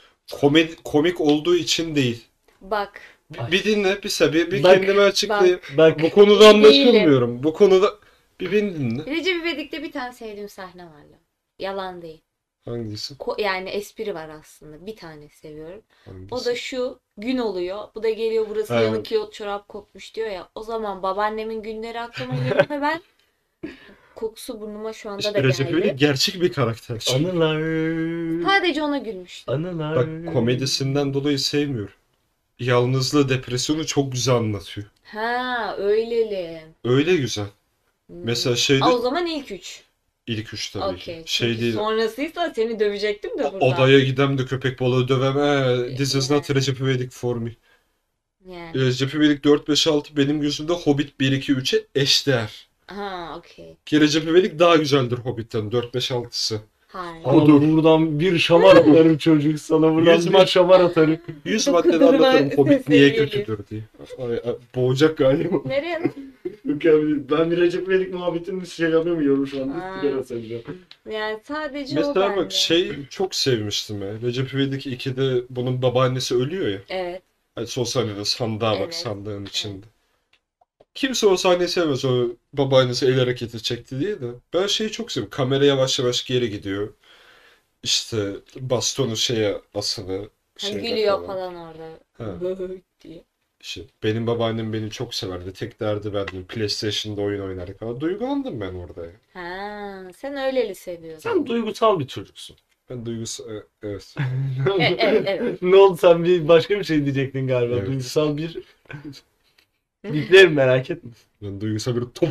Komik olduğu için değil. Bak. Bir dinle, bir Bak, kendime açıklayayım. bak Bu konuda İyi değilim. anlaşılmıyorum. Bu konuda bir beni dinle. Recep İvedik'te bir tane sevdiğim sahne var lan. Yalan değil. Hangisi? Yani espri var aslında. Bir tane seviyorum. Hangisi? O da şu, gün oluyor. Bu da geliyor, burası Ha. yanık yol çorap kokmuş diyor ya. O zaman babaannemin günleri aklıma geliyor ve ben kokusu burnuma şu anda da İşte Recep geldi. İvedik gerçek bir karakter. anılar. Sadece ona gülmüştüm. Anılar. Bak komedisinden dolayı sevmiyorum. Yalnızlığı, depresyonu çok güzel anlatıyor. Ha, öyleli. Öyle güzel. Hmm. Mesela şeyde O zaman ilk üç. ilk üç tabii ki. Okey. Şey Çünkü değil. sonrasıysa seni dövecektim de buradan. Odaya gidem de köpek balığı dövem. This is not Recep İvedik for me. Yani. Recep İvedik 4, 5, 6 benim gözümde Hobbit 1, 2, 3'e eşdeğer. Ha, okey. Ki Recep İvedik daha güzeldir Hobbit'ten 4, 5, 6'sı. Hayır. Sana Odur. buradan bir şamar atarım çocuk. Sana buradan Yüz bir bin- şamar atarım. 100 Bu maddede kudurma anlatırım Hobbit niye sesi kötüdür diye. Ay, boğacak galiba. Nereye lan? Ben bir Recep İvedik muhabbetini şey yapamıyorum şu anda. Aa. Sigara saracağım. Yani sadece o Mesela bende. bak şey çok sevmiştim ya. Recep İvedik 2'de bunun babaannesi ölüyor ya. Evet. Hani son sahnede sandığa bak Evet. sandığın içinde. Kimse o sahneyi sevmez o babaannesi el hareketi çekti diye de. Ben şeyi çok seviyorum. Kamera yavaş yavaş geri gidiyor. İşte bastonu şeye asılı. Hani şeyde gülüyor falan orada. Ha. Böyle diye. İşte benim babaannem beni çok severdi. Tek derdi bendim. PlayStation'da oyun oynardık falan. Duygulandım ben orada ya. Ha, sen öyleli seviyorsun. Sen duygusal bir çocuksun. Ben duygusal... Evet. Evet. Ne oldu, sen bir başka bir şey diyecektin galiba. Evet. Duygusal bir... Biplerim, merak etme. Ben duygusal bir top.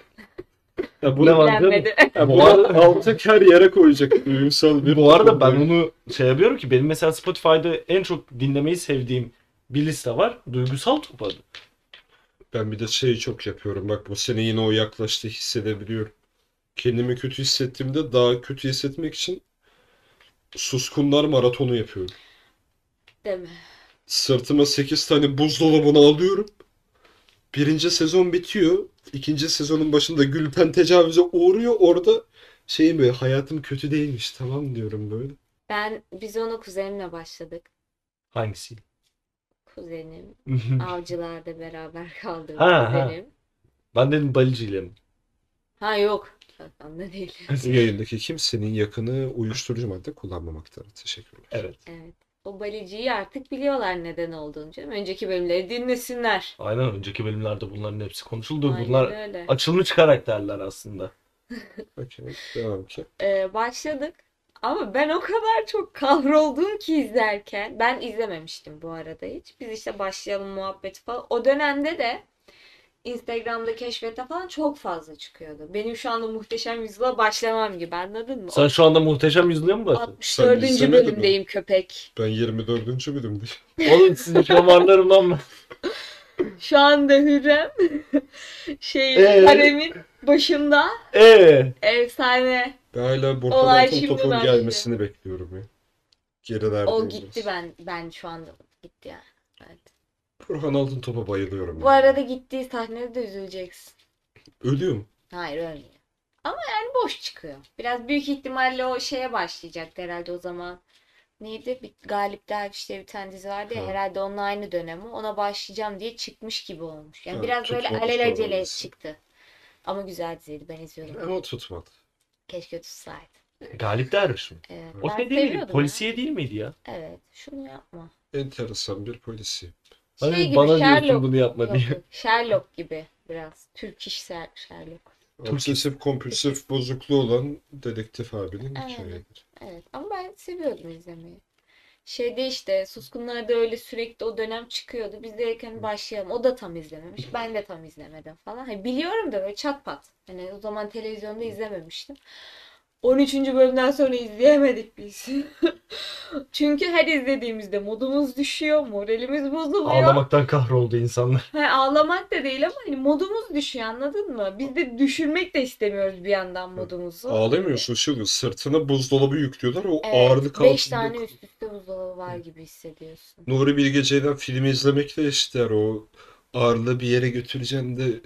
Ya Ne bunu, var canım? Denmedi. ya Bu bunu arada- altı her yere koyacak duygusal bir Bu arada top. ben onu şey yapıyorum ki benim mesela Spotify'da en çok dinlemeyi sevdiğim bir liste var. Duygusal Top adı. Ben bir de şeyi çok yapıyorum. Bak bu sene yine o yaklaştı hissedebiliyorum. Kendimi kötü hissettiğimde daha kötü hissetmek için Suskunlar maratonu yapıyorum. Deme. Sırtıma 8 tane buzdolabını alıyorum. Birinci sezon bitiyor. İkinci sezonun başında Gülten tecavüze uğruyor. Orada şeyim böyle hayatım kötü değilmiş tamam diyorum böyle. Biz onu kuzenimle başladık. Hangisi? Kuzenim. Avcılarda beraber kaldığım Ha, ha. kuzenim. Ben dedim Balıcı ile mi? Ha yok. Ben de değil. Bu yayındaki kimsenin yakını uyuşturucu madde kullanmamaktadır. Teşekkürler. Evet. Evet. O baliciyi artık biliyorlar neden olduğunu canım. Önceki bölümleri dinlesinler. Aynen, önceki bölümlerde bunların hepsi konuşuldu. Aynen Bunlar öyle. açılmış karakterler aslında. Okey, devam ki. Başladık. Ama ben o kadar çok kahroldum ki izlerken. Ben izlememiştim bu arada hiç. Biz işte başlayalım muhabbeti falan. O dönemde de Instagram'da keşfete falan çok fazla çıkıyordu. Benim şu anda Muhteşem Yüzyıl'a başlamam gibi, anladın mı? Sen şu anda Muhteşem Yüzyıl'a mı başladın? 64. Sen izlemedin mi? bölümdeyim köpek. Ben 24. bölümdeyim. Oğlum sizin şamarlarımdan mı? Şu anda Hürrem haremin başında efsane. Ben hala Burhan Olay Altın şimdiden Top'un başlıyor. gelmesini bekliyorum ya. Gerilerdeyim O biraz. gitti, ben şu anda gitti yani. Evet. Burhan Altın Top'a bayılıyorum. Bu ya. arada gittiği sahnede de üzüleceksin. Ölüyor mu? Hayır, ölmüyor. Ama yani boş çıkıyor. Biraz büyük ihtimalle o şeye başlayacaktı herhalde o zaman. Neydi? Bir Galip Derviş diye bir tane dizi vardı ya, Ha. herhalde onunla aynı dönemi. Ona başlayacağım diye çıkmış gibi olmuş. Yani Ha, biraz böyle tutmamış alelacele olabilirsin. çıktı. Ama güzel diziydi, ben izliyordum. Ama tutmadı. Keşke tutsaydı. Galip Derviş mi? Evet. O Ben şey değil miydi? seviyordum ya. Polisiye değil miydi ya? Evet. Şunu yapma. Enteresan bir polisi. Şey Hani gibi bana diyorsun Sherlock. bunu yapma Yok, diye. yok. Sherlock gibi biraz. Türk iş Sherlock. Obsesif kompulsif bozukluğu olan dedektif abinin Aynen. hikayeleri. Evet ama ben seviyordum izlemeyi. Şeyde işte Suskunlar'da öyle sürekli o dönem çıkıyordu. Biz de hani başlayalım. O da tam izlememiş. Ben de tam izlemedim falan. Hani biliyorum da böyle çat pat. Hani o zaman televizyonda izlememiştim. 13. bölümden sonra izleyemedik biz. Çünkü her izlediğimizde modumuz düşüyor, moralimiz bozuluyor. Ağlamaktan kahroldu insanlar. Ha, ağlamak da değil ama hani modumuz düşüyor, anladın mı? Biz de düşürmek de istemiyoruz bir yandan modumuzu. Ağlamıyorsun şimdi. Sırtına buzdolabı yüklüyorlar. O Evet, ağırlık 5 altında. tane üst üste buzdolabı var gibi hissediyorsun. Nuri Bilge Ceylan filmi izlemek de ister. O ağırlığı bir yere götüreceğim de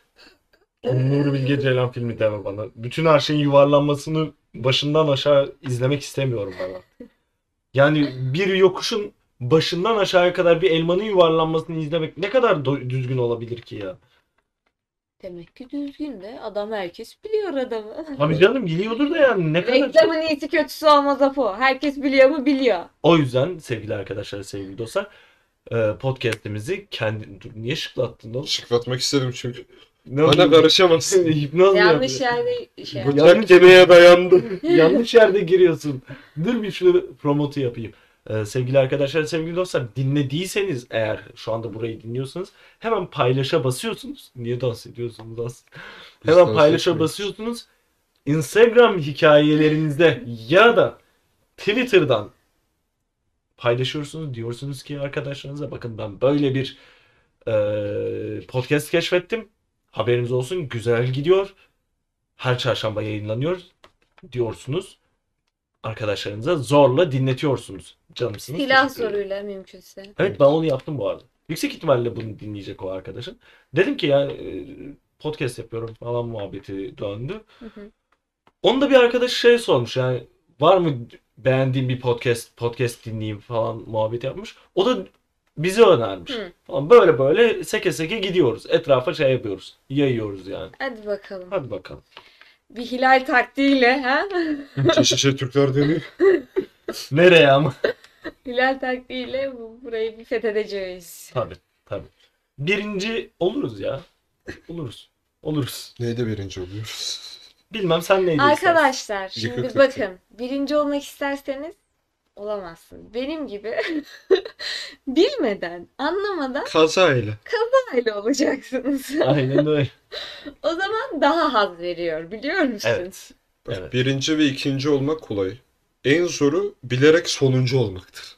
Nuri Bilge Ceylan filmi deme bana. Bütün her şeyin yuvarlanmasını başından aşağı izlemek istemiyorum bana. Yani bir yokuşun başından aşağıya kadar bir elmanın yuvarlanmasını izlemek ne kadar düzgün olabilir ki ya? Demek ki düzgün de adam, herkes biliyor adamı. Tabii canım biliyordur da yani ne kadar. Reklamın iyisi kötüsü olmaz Apo. Herkes biliyor mu biliyor. O yüzden sevgili arkadaşlar, sevgili dostlar, podcast'imizi Dur, niye şıklattın oğlum? şıklatmak istedim çünkü. Ne Bana oldu? karışamazsın. Hipnoz mu Yanlış yapıyor? yerde şey yaptım. Bıçak kemiğe dayandı. Yanlış yerde giriyorsun. Dur bir şunu promotu yapayım. Sevgili arkadaşlar, sevgili dostlar, dinlediyseniz eğer şu anda burayı dinliyorsanız hemen paylaşa basıyorsunuz. Niye dans ediyorsunuz aslında? Biz Hemen dans paylaşa etmiyoruz. basıyorsunuz. Instagram hikayelerinizde ya da Twitter'dan paylaşıyorsunuz. Diyorsunuz ki arkadaşlarınıza bakın ben böyle bir podcast keşfettim. Haberiniz olsun, güzel gidiyor. Her çarşamba yayınlanıyor diyorsunuz. Arkadaşlarınıza zorla dinletiyorsunuz. Canımsınız. Silah Teşekkür ederim. soruyla mümkünse. Evet, ben onu yaptım bu arada. Yüksek ihtimalle bunu dinleyecek o arkadaşın. Dedim ki yani podcast yapıyorum falan muhabbeti döndü. Hı hı. Onun da bir arkadaş şey sormuş yani var mı beğendiğin bir podcast dinleyeyim falan muhabbeti yapmış. O da bizi önermiş. Hı. Falan böyle böyle seke seke gidiyoruz. Etrafa şey yapıyoruz. Yayıyoruz yani. Hadi bakalım. Hadi bakalım. Bir hilal taktiğiyle ha? Çeşitli Türkler dönüyor. Nereye ama? Hilal taktiğiyle burayı bir fethedeceğiz. Tabii tabii. Birinci oluruz ya. Oluruz. Oluruz. Neyde birinci oluyoruz? Bilmem sen neydi istersin. Arkadaşlar şimdi Yıkık bakın, birinci olmak isterseniz olamazsın. Benim gibi bilmeden, anlamadan Kazayla. böyle olacaksınız. Aynen öyle. O zaman daha haz veriyor, biliyor musun? Evet. Bak, Evet. birinci ve ikinci olmak kolay. En zoru bilerek sonuncu olmaktır.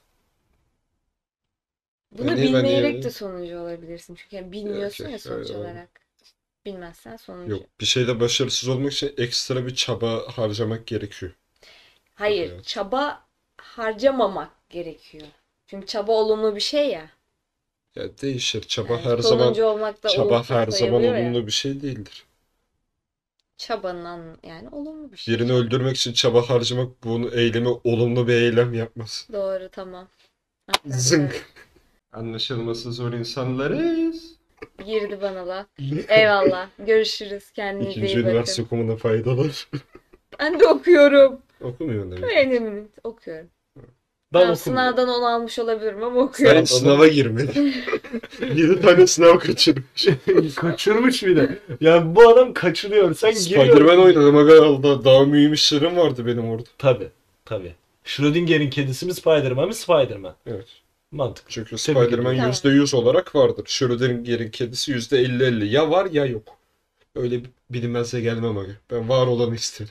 Bunu Hani bilmeyerek ben- de sonuncu olabilirsin. Çünkü yani bilmiyorsun ya Yok, sonuç öyle. olarak. Bilmezsen sonuncu. Yok, bir şeyde başarısız olmak için ekstra bir çaba harcamak gerekiyor. Hayır, Evet. çaba harcamamak gerekiyor. Çünkü çaba olumlu bir şey ya. Ya değişir. Çaba Yani her sonuncu zaman olmak da çaba olumsuz her zaman sayılıyor ya. olumlu bir şey değildir. Çabanın yani olumlu bir şey. Birini öldürmek için çaba harcamak bunu eylemi olumlu bir eylem yapmaz. Doğru, tamam. Zınk. Anlaşılması zor insanlarız. Girdi bana laf. Eyvallah. Görüşürüz. Kendinize İkinci iyi üniversite bakın. okumuna faydalar. Ben de okuyorum. Okumuyor demek. Eminim okuyorum. Ben Tamam, okumuyorum. sınavdan 10 almış olabilirim ama Ben okuyorum. sınava girmedim. 7 tane sınav kaçırmış. Kaçırmış bir de. Yani bu adam kaçırıyor. Sen Spider-Man giriyorsun. oynadım aga. Daha mühim işlerim vardı benim orada. Tabii. Tabii. Schrödinger'in kedisi mi Spider-Man mi? Spider-Man. Evet. Mantıklı. Çünkü Tebrik Spider-Man ediyorum. %100 olarak vardır. Schrödinger'in kedisi %50-50. Ya var ya yok. Öyle bilinmezse gelmem aga. Ben var olanı isterim.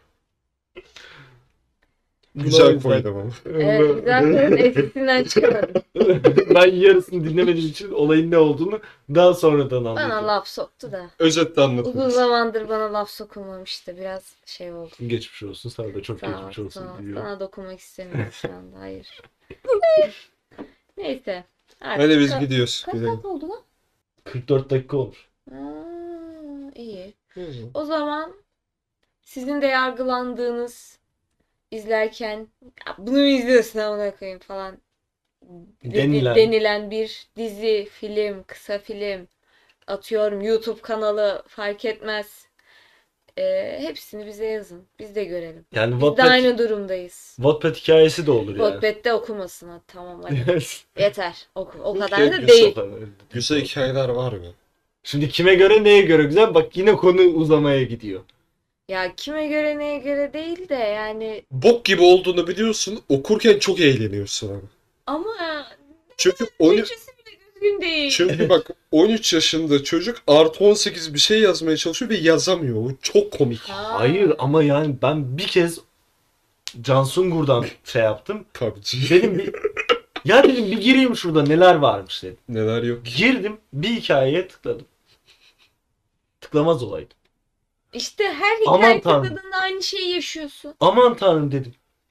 Güzel koydum ama. Evet, güzel. Eskisinden çıkamadım. Ben yarısını dinlemediğim için olayın ne olduğunu daha sonradan Bana anladım. laf soktu da. Özetle Uzun anlatmak zamandır bana laf sokulmamıştı. Biraz şey oldu. Geçmiş olsun. Sana da çok Sağ ol, geçmiş olsun sağ ol. diliyorum. Sana dokunmak istemiyorum şu anda. Hayır. Neyse. Artık Hadi biz gidiyoruz. Kaç Gidelim. saat oldu lan? 44 dakika olmuş. İyi. O zaman sizin de yargılandığınız, izlerken "Ya bunu mu izliyorsun amına koyayım" falan denilen bir dizi, film, kısa film, atıyorum YouTube kanalı, fark etmez. Hepsini bize yazın. Biz de görelim. Yani Biz de Wattpad, aynı durumdayız. Wattpad hikayesi de olur yani. Wattpad'de okumasın. Hadi, tamam hadi. Yeter. Oku. O kadar da Güzel. değil. Güzel hikayeler var mı? Şimdi kime göre neye göre güzel? Bak yine konu uzamaya gidiyor. Ya kime göre neye göre değil de yani Bok gibi olduğunu biliyorsun. Okurken çok eğleniyorsun ama. ama Çünkü Türkçesi bile düzgün değil. çünkü bak 13 yaşında çocuk artı 18 bir şey yazmaya çalışıyor ve yazamıyor. O çok komik. Ha. Hayır ama yani ben bir kez Can Sungur'dan şey yaptım. PUBG. Dedim ya dedim bir gireyim şurada neler varmış dedim. Neler yok. Girdim bir hikayeye tıkladım. Tıklamaz olaydım. İşte her Aman hikaye tanrım. tıkladığında aynı şeyi yaşıyorsun. Aman tanrım dedim.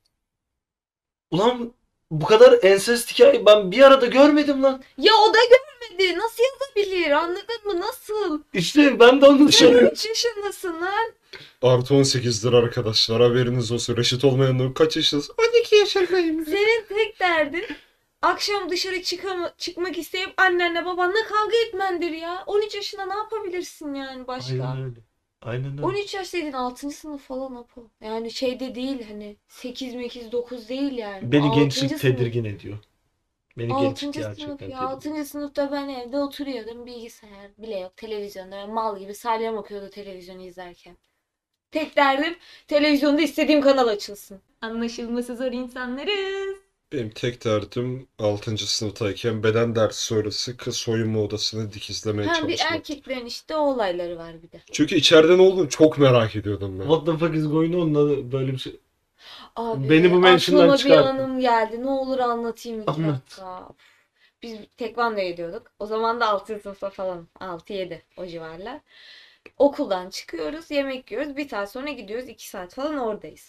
Ulan bu kadar ensest hikaye ben bir arada görmedim lan. Ya o da görmedi. Nasıl yazabilir? Anladın mı? Nasıl? İşte ben de onu Sen düşünüyorum. 3 yaşındasın lan. Artı 18'dir arkadaşlar. Haberiniz olsun. Reşit olmayanlar kaç yaşındasın? 12 yaşındayım. Senin tek derdin akşam dışarı çıkmak isteyip annenle babanla kavga etmendir ya. 13 yaşında ne yapabilirsin yani başka? Aynen öyle. Aynen öyle. 13 yaş dediğin 6. sınıf falan Apo. Yani şeyde değil hani 8 8 9 değil yani. Beni 6. gençlik sınıf. tedirgin ediyor. Beni 6. gençlik sınıf gerçekten ya. tedirgin. 6. sınıfta ben evde oturuyordum. Bilgisayar bile yok. Televizyonda böyle mal gibi salyan okuyordu televizyonu izlerken. Tek derdim televizyonda istediğim kanal açılsın. Anlaşılması zor insanlarız. Benim tek derdim 6. sınıftayken beden dersi sonrası kız soyunma odasını dikizlemeye Ha bir çalışmak. erkeklerin işte o olayları var bir de. Çünkü içeride ne olduğunu çok merak ediyordum ben. What the fuck is going on? Böyle bir şey. Abi Beni bu mention'dan aklıma bir çıkarttın. anım geldi. Ne olur anlatayım iki Anlat. dakika. Biz tekvandoya gidiyorduk. O zaman da 6. sınıfta falan. 6-7 o civarlar. Okuldan çıkıyoruz. Yemek yiyoruz. Bir saat sonra gidiyoruz. 2 saat falan oradayız.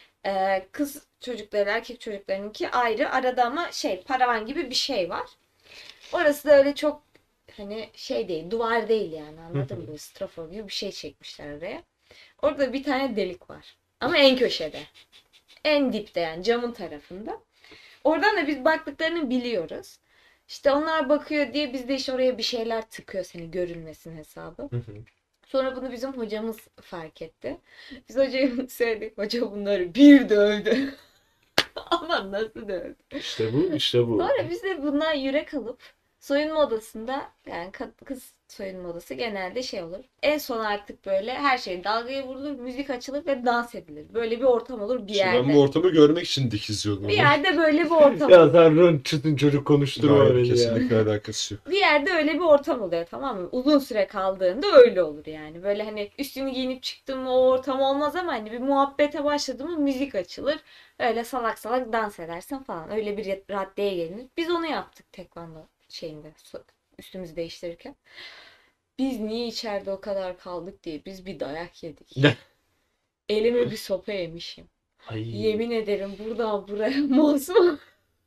Kız çocukları, erkek çocuklarınınki ayrı. Arada ama paravan gibi bir şey var. Orası da öyle çok hani şey değil. Duvar değil yani. Anladın mı? Böyle strafor gibi bir şey çekmişler oraya. Orada bir tane delik var. Ama en köşede. En dipte yani camın tarafında. Oradan da biz baktıklarını biliyoruz. İşte onlar bakıyor diye biz de işte oraya bir şeyler tıkıyor seni görülmesin hesabı. Sonra bunu bizim hocamız fark etti. Biz hocaya söyledik. Hoca bunları bir dövdü. Ama nasıl dövdü? İşte bu, işte bu. Sonra biz de bundan yürek alıp soyunma odasında yani kız soyunma odası genelde şey olur. En son artık böyle her şey dalgaya vurulur, müzik açılır ve dans edilir. Böyle bir ortam olur bir İşte ben yerde. bu ortamı görmek için dikizliyordum. Bir yerde böyle bir ortam Ya sen Rönçüt'ün çocuk konuşturma Hayır, beni ya. kesinlikle alakası yok. Bir yerde öyle bir ortam oluyor, tamam mı? Uzun süre kaldığında öyle olur yani. Böyle hani üstünü giyinip çıktın mı o ortam olmaz ama hani bir muhabbete başladı mı müzik açılır. Öyle salak salak dans edersin falan. Öyle bir raddeye gelinir. Biz onu yaptık tekvando şeyinde üstümüzü değiştirirken. Biz niye içeride o kadar kaldık diye biz bir dayak yedik. Elime bir sopa yemişim. Ay, Yemin ederim buradan buraya mosmor.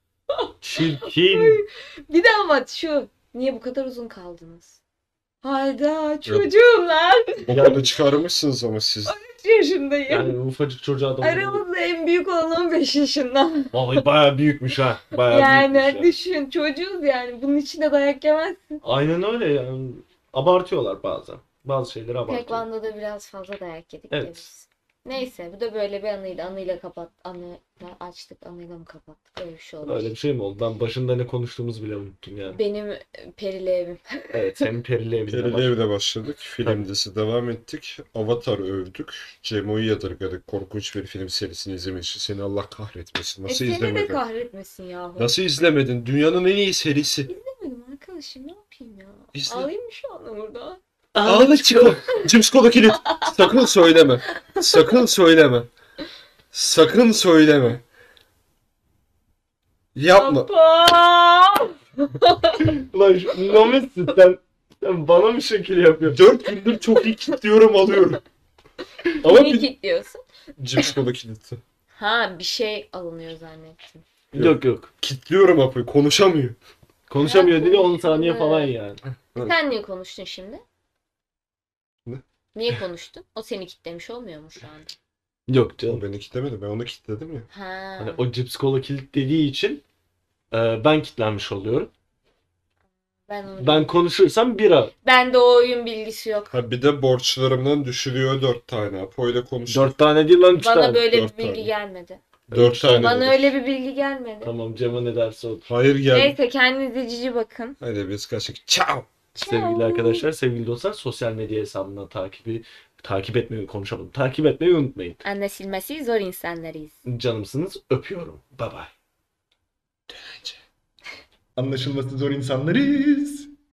çirkin. Bir de ama şu. Niye bu kadar uzun kaldınız? Hayda çocuğum lan. Onu çıkarmışsınız ama siz. 3 yaşındayım. Yani ufacık çocuğa da Aramızda en büyük olan 15 yaşında. Vallahi bayağı büyükmüş ha. Bayağı Yani büyükmüş ya. düşün çocuğuz yani. Bunun içinde dayak yemezsin. Aynen öyle yani. Abartıyorlar bazen. Bazı şeyleri abartıyorlar. Tekvando'da biraz fazla dayak yedik de Evet. biz. Neyse bu da böyle bir anıydı. Anıyla anıyla açtık. Anıyla mı kapattık? Öyle bir şey oldu. Öyle bir şey mi oldu? Ben başında ne konuştuğumuzu bile unuttum yani. Benim perili evim. Evet, senin perili evinde Perili var. Ev'de başladık. Film dizisi devam ettik. Avatar övdük. Cemo'yu yadırgadık. Korkunç bir film serisini izlemek için. Seni Allah kahretmesin. Nasıl Seni de izlemedin? kahretmesin yahu. Nasıl izlemedin? Dünyanın en iyi serisi. İzlemedim arkadaşım ne yapayım ya? İzle. Ağlayayım mı şu anda burada? Ağla çıkıyor. Cips kola kilit. Sakın söyleme. Sakın söyleme. Sakın söyleme. Yapma. Papa! Ulan Nometsin sen bana mı şekil yapıyorsun? 4 gündür çok iyi kilitliyorum alıyorum. Ama Niye bir kilitliyorsun? cips kola kilitli. Ha bir şey alınıyor zannettim. Yok. Kilitliyorum Apo'yu. Konuşamıyor. Konuşamıyor dedi 10 saniye falan yani. Sen niye konuştun şimdi? Ne? Niye konuştun? O seni kilitlemiş olmuyor mu şu anda? Yok O canım. beni kilitlemedi. Ben onu kilitledim ya. Ha. Hani o cips kola kilit dediği için ben kilitlenmiş oluyorum. Ben onu Ben konuşursam bira. Bende o oyun bilgisi yok. Ha bir de borçlarımdan düşürüyor 4 tane. Apo ile konuştuk. 4 tane değil lan 3 Bana tane. böyle Dört bir bilgi tane. gelmedi. 4 tane Bana dedik. öyle bir bilgi gelmedi. Tamam, Cem'e ne derse o. Hayır gel. Neyse kendinize cici bakın. Hadi biz kaçtık. Ciao. Sevgili arkadaşlar, sevgili dostlar, sosyal medya hesabından takip etmeyi konuşalım. Takip etmeyi unutmayın. Anlaşılması zor insanlarıyız. Canımsınız. Öpüyorum. Bye bye. Dönence. Anlaşılması zor insanlarız.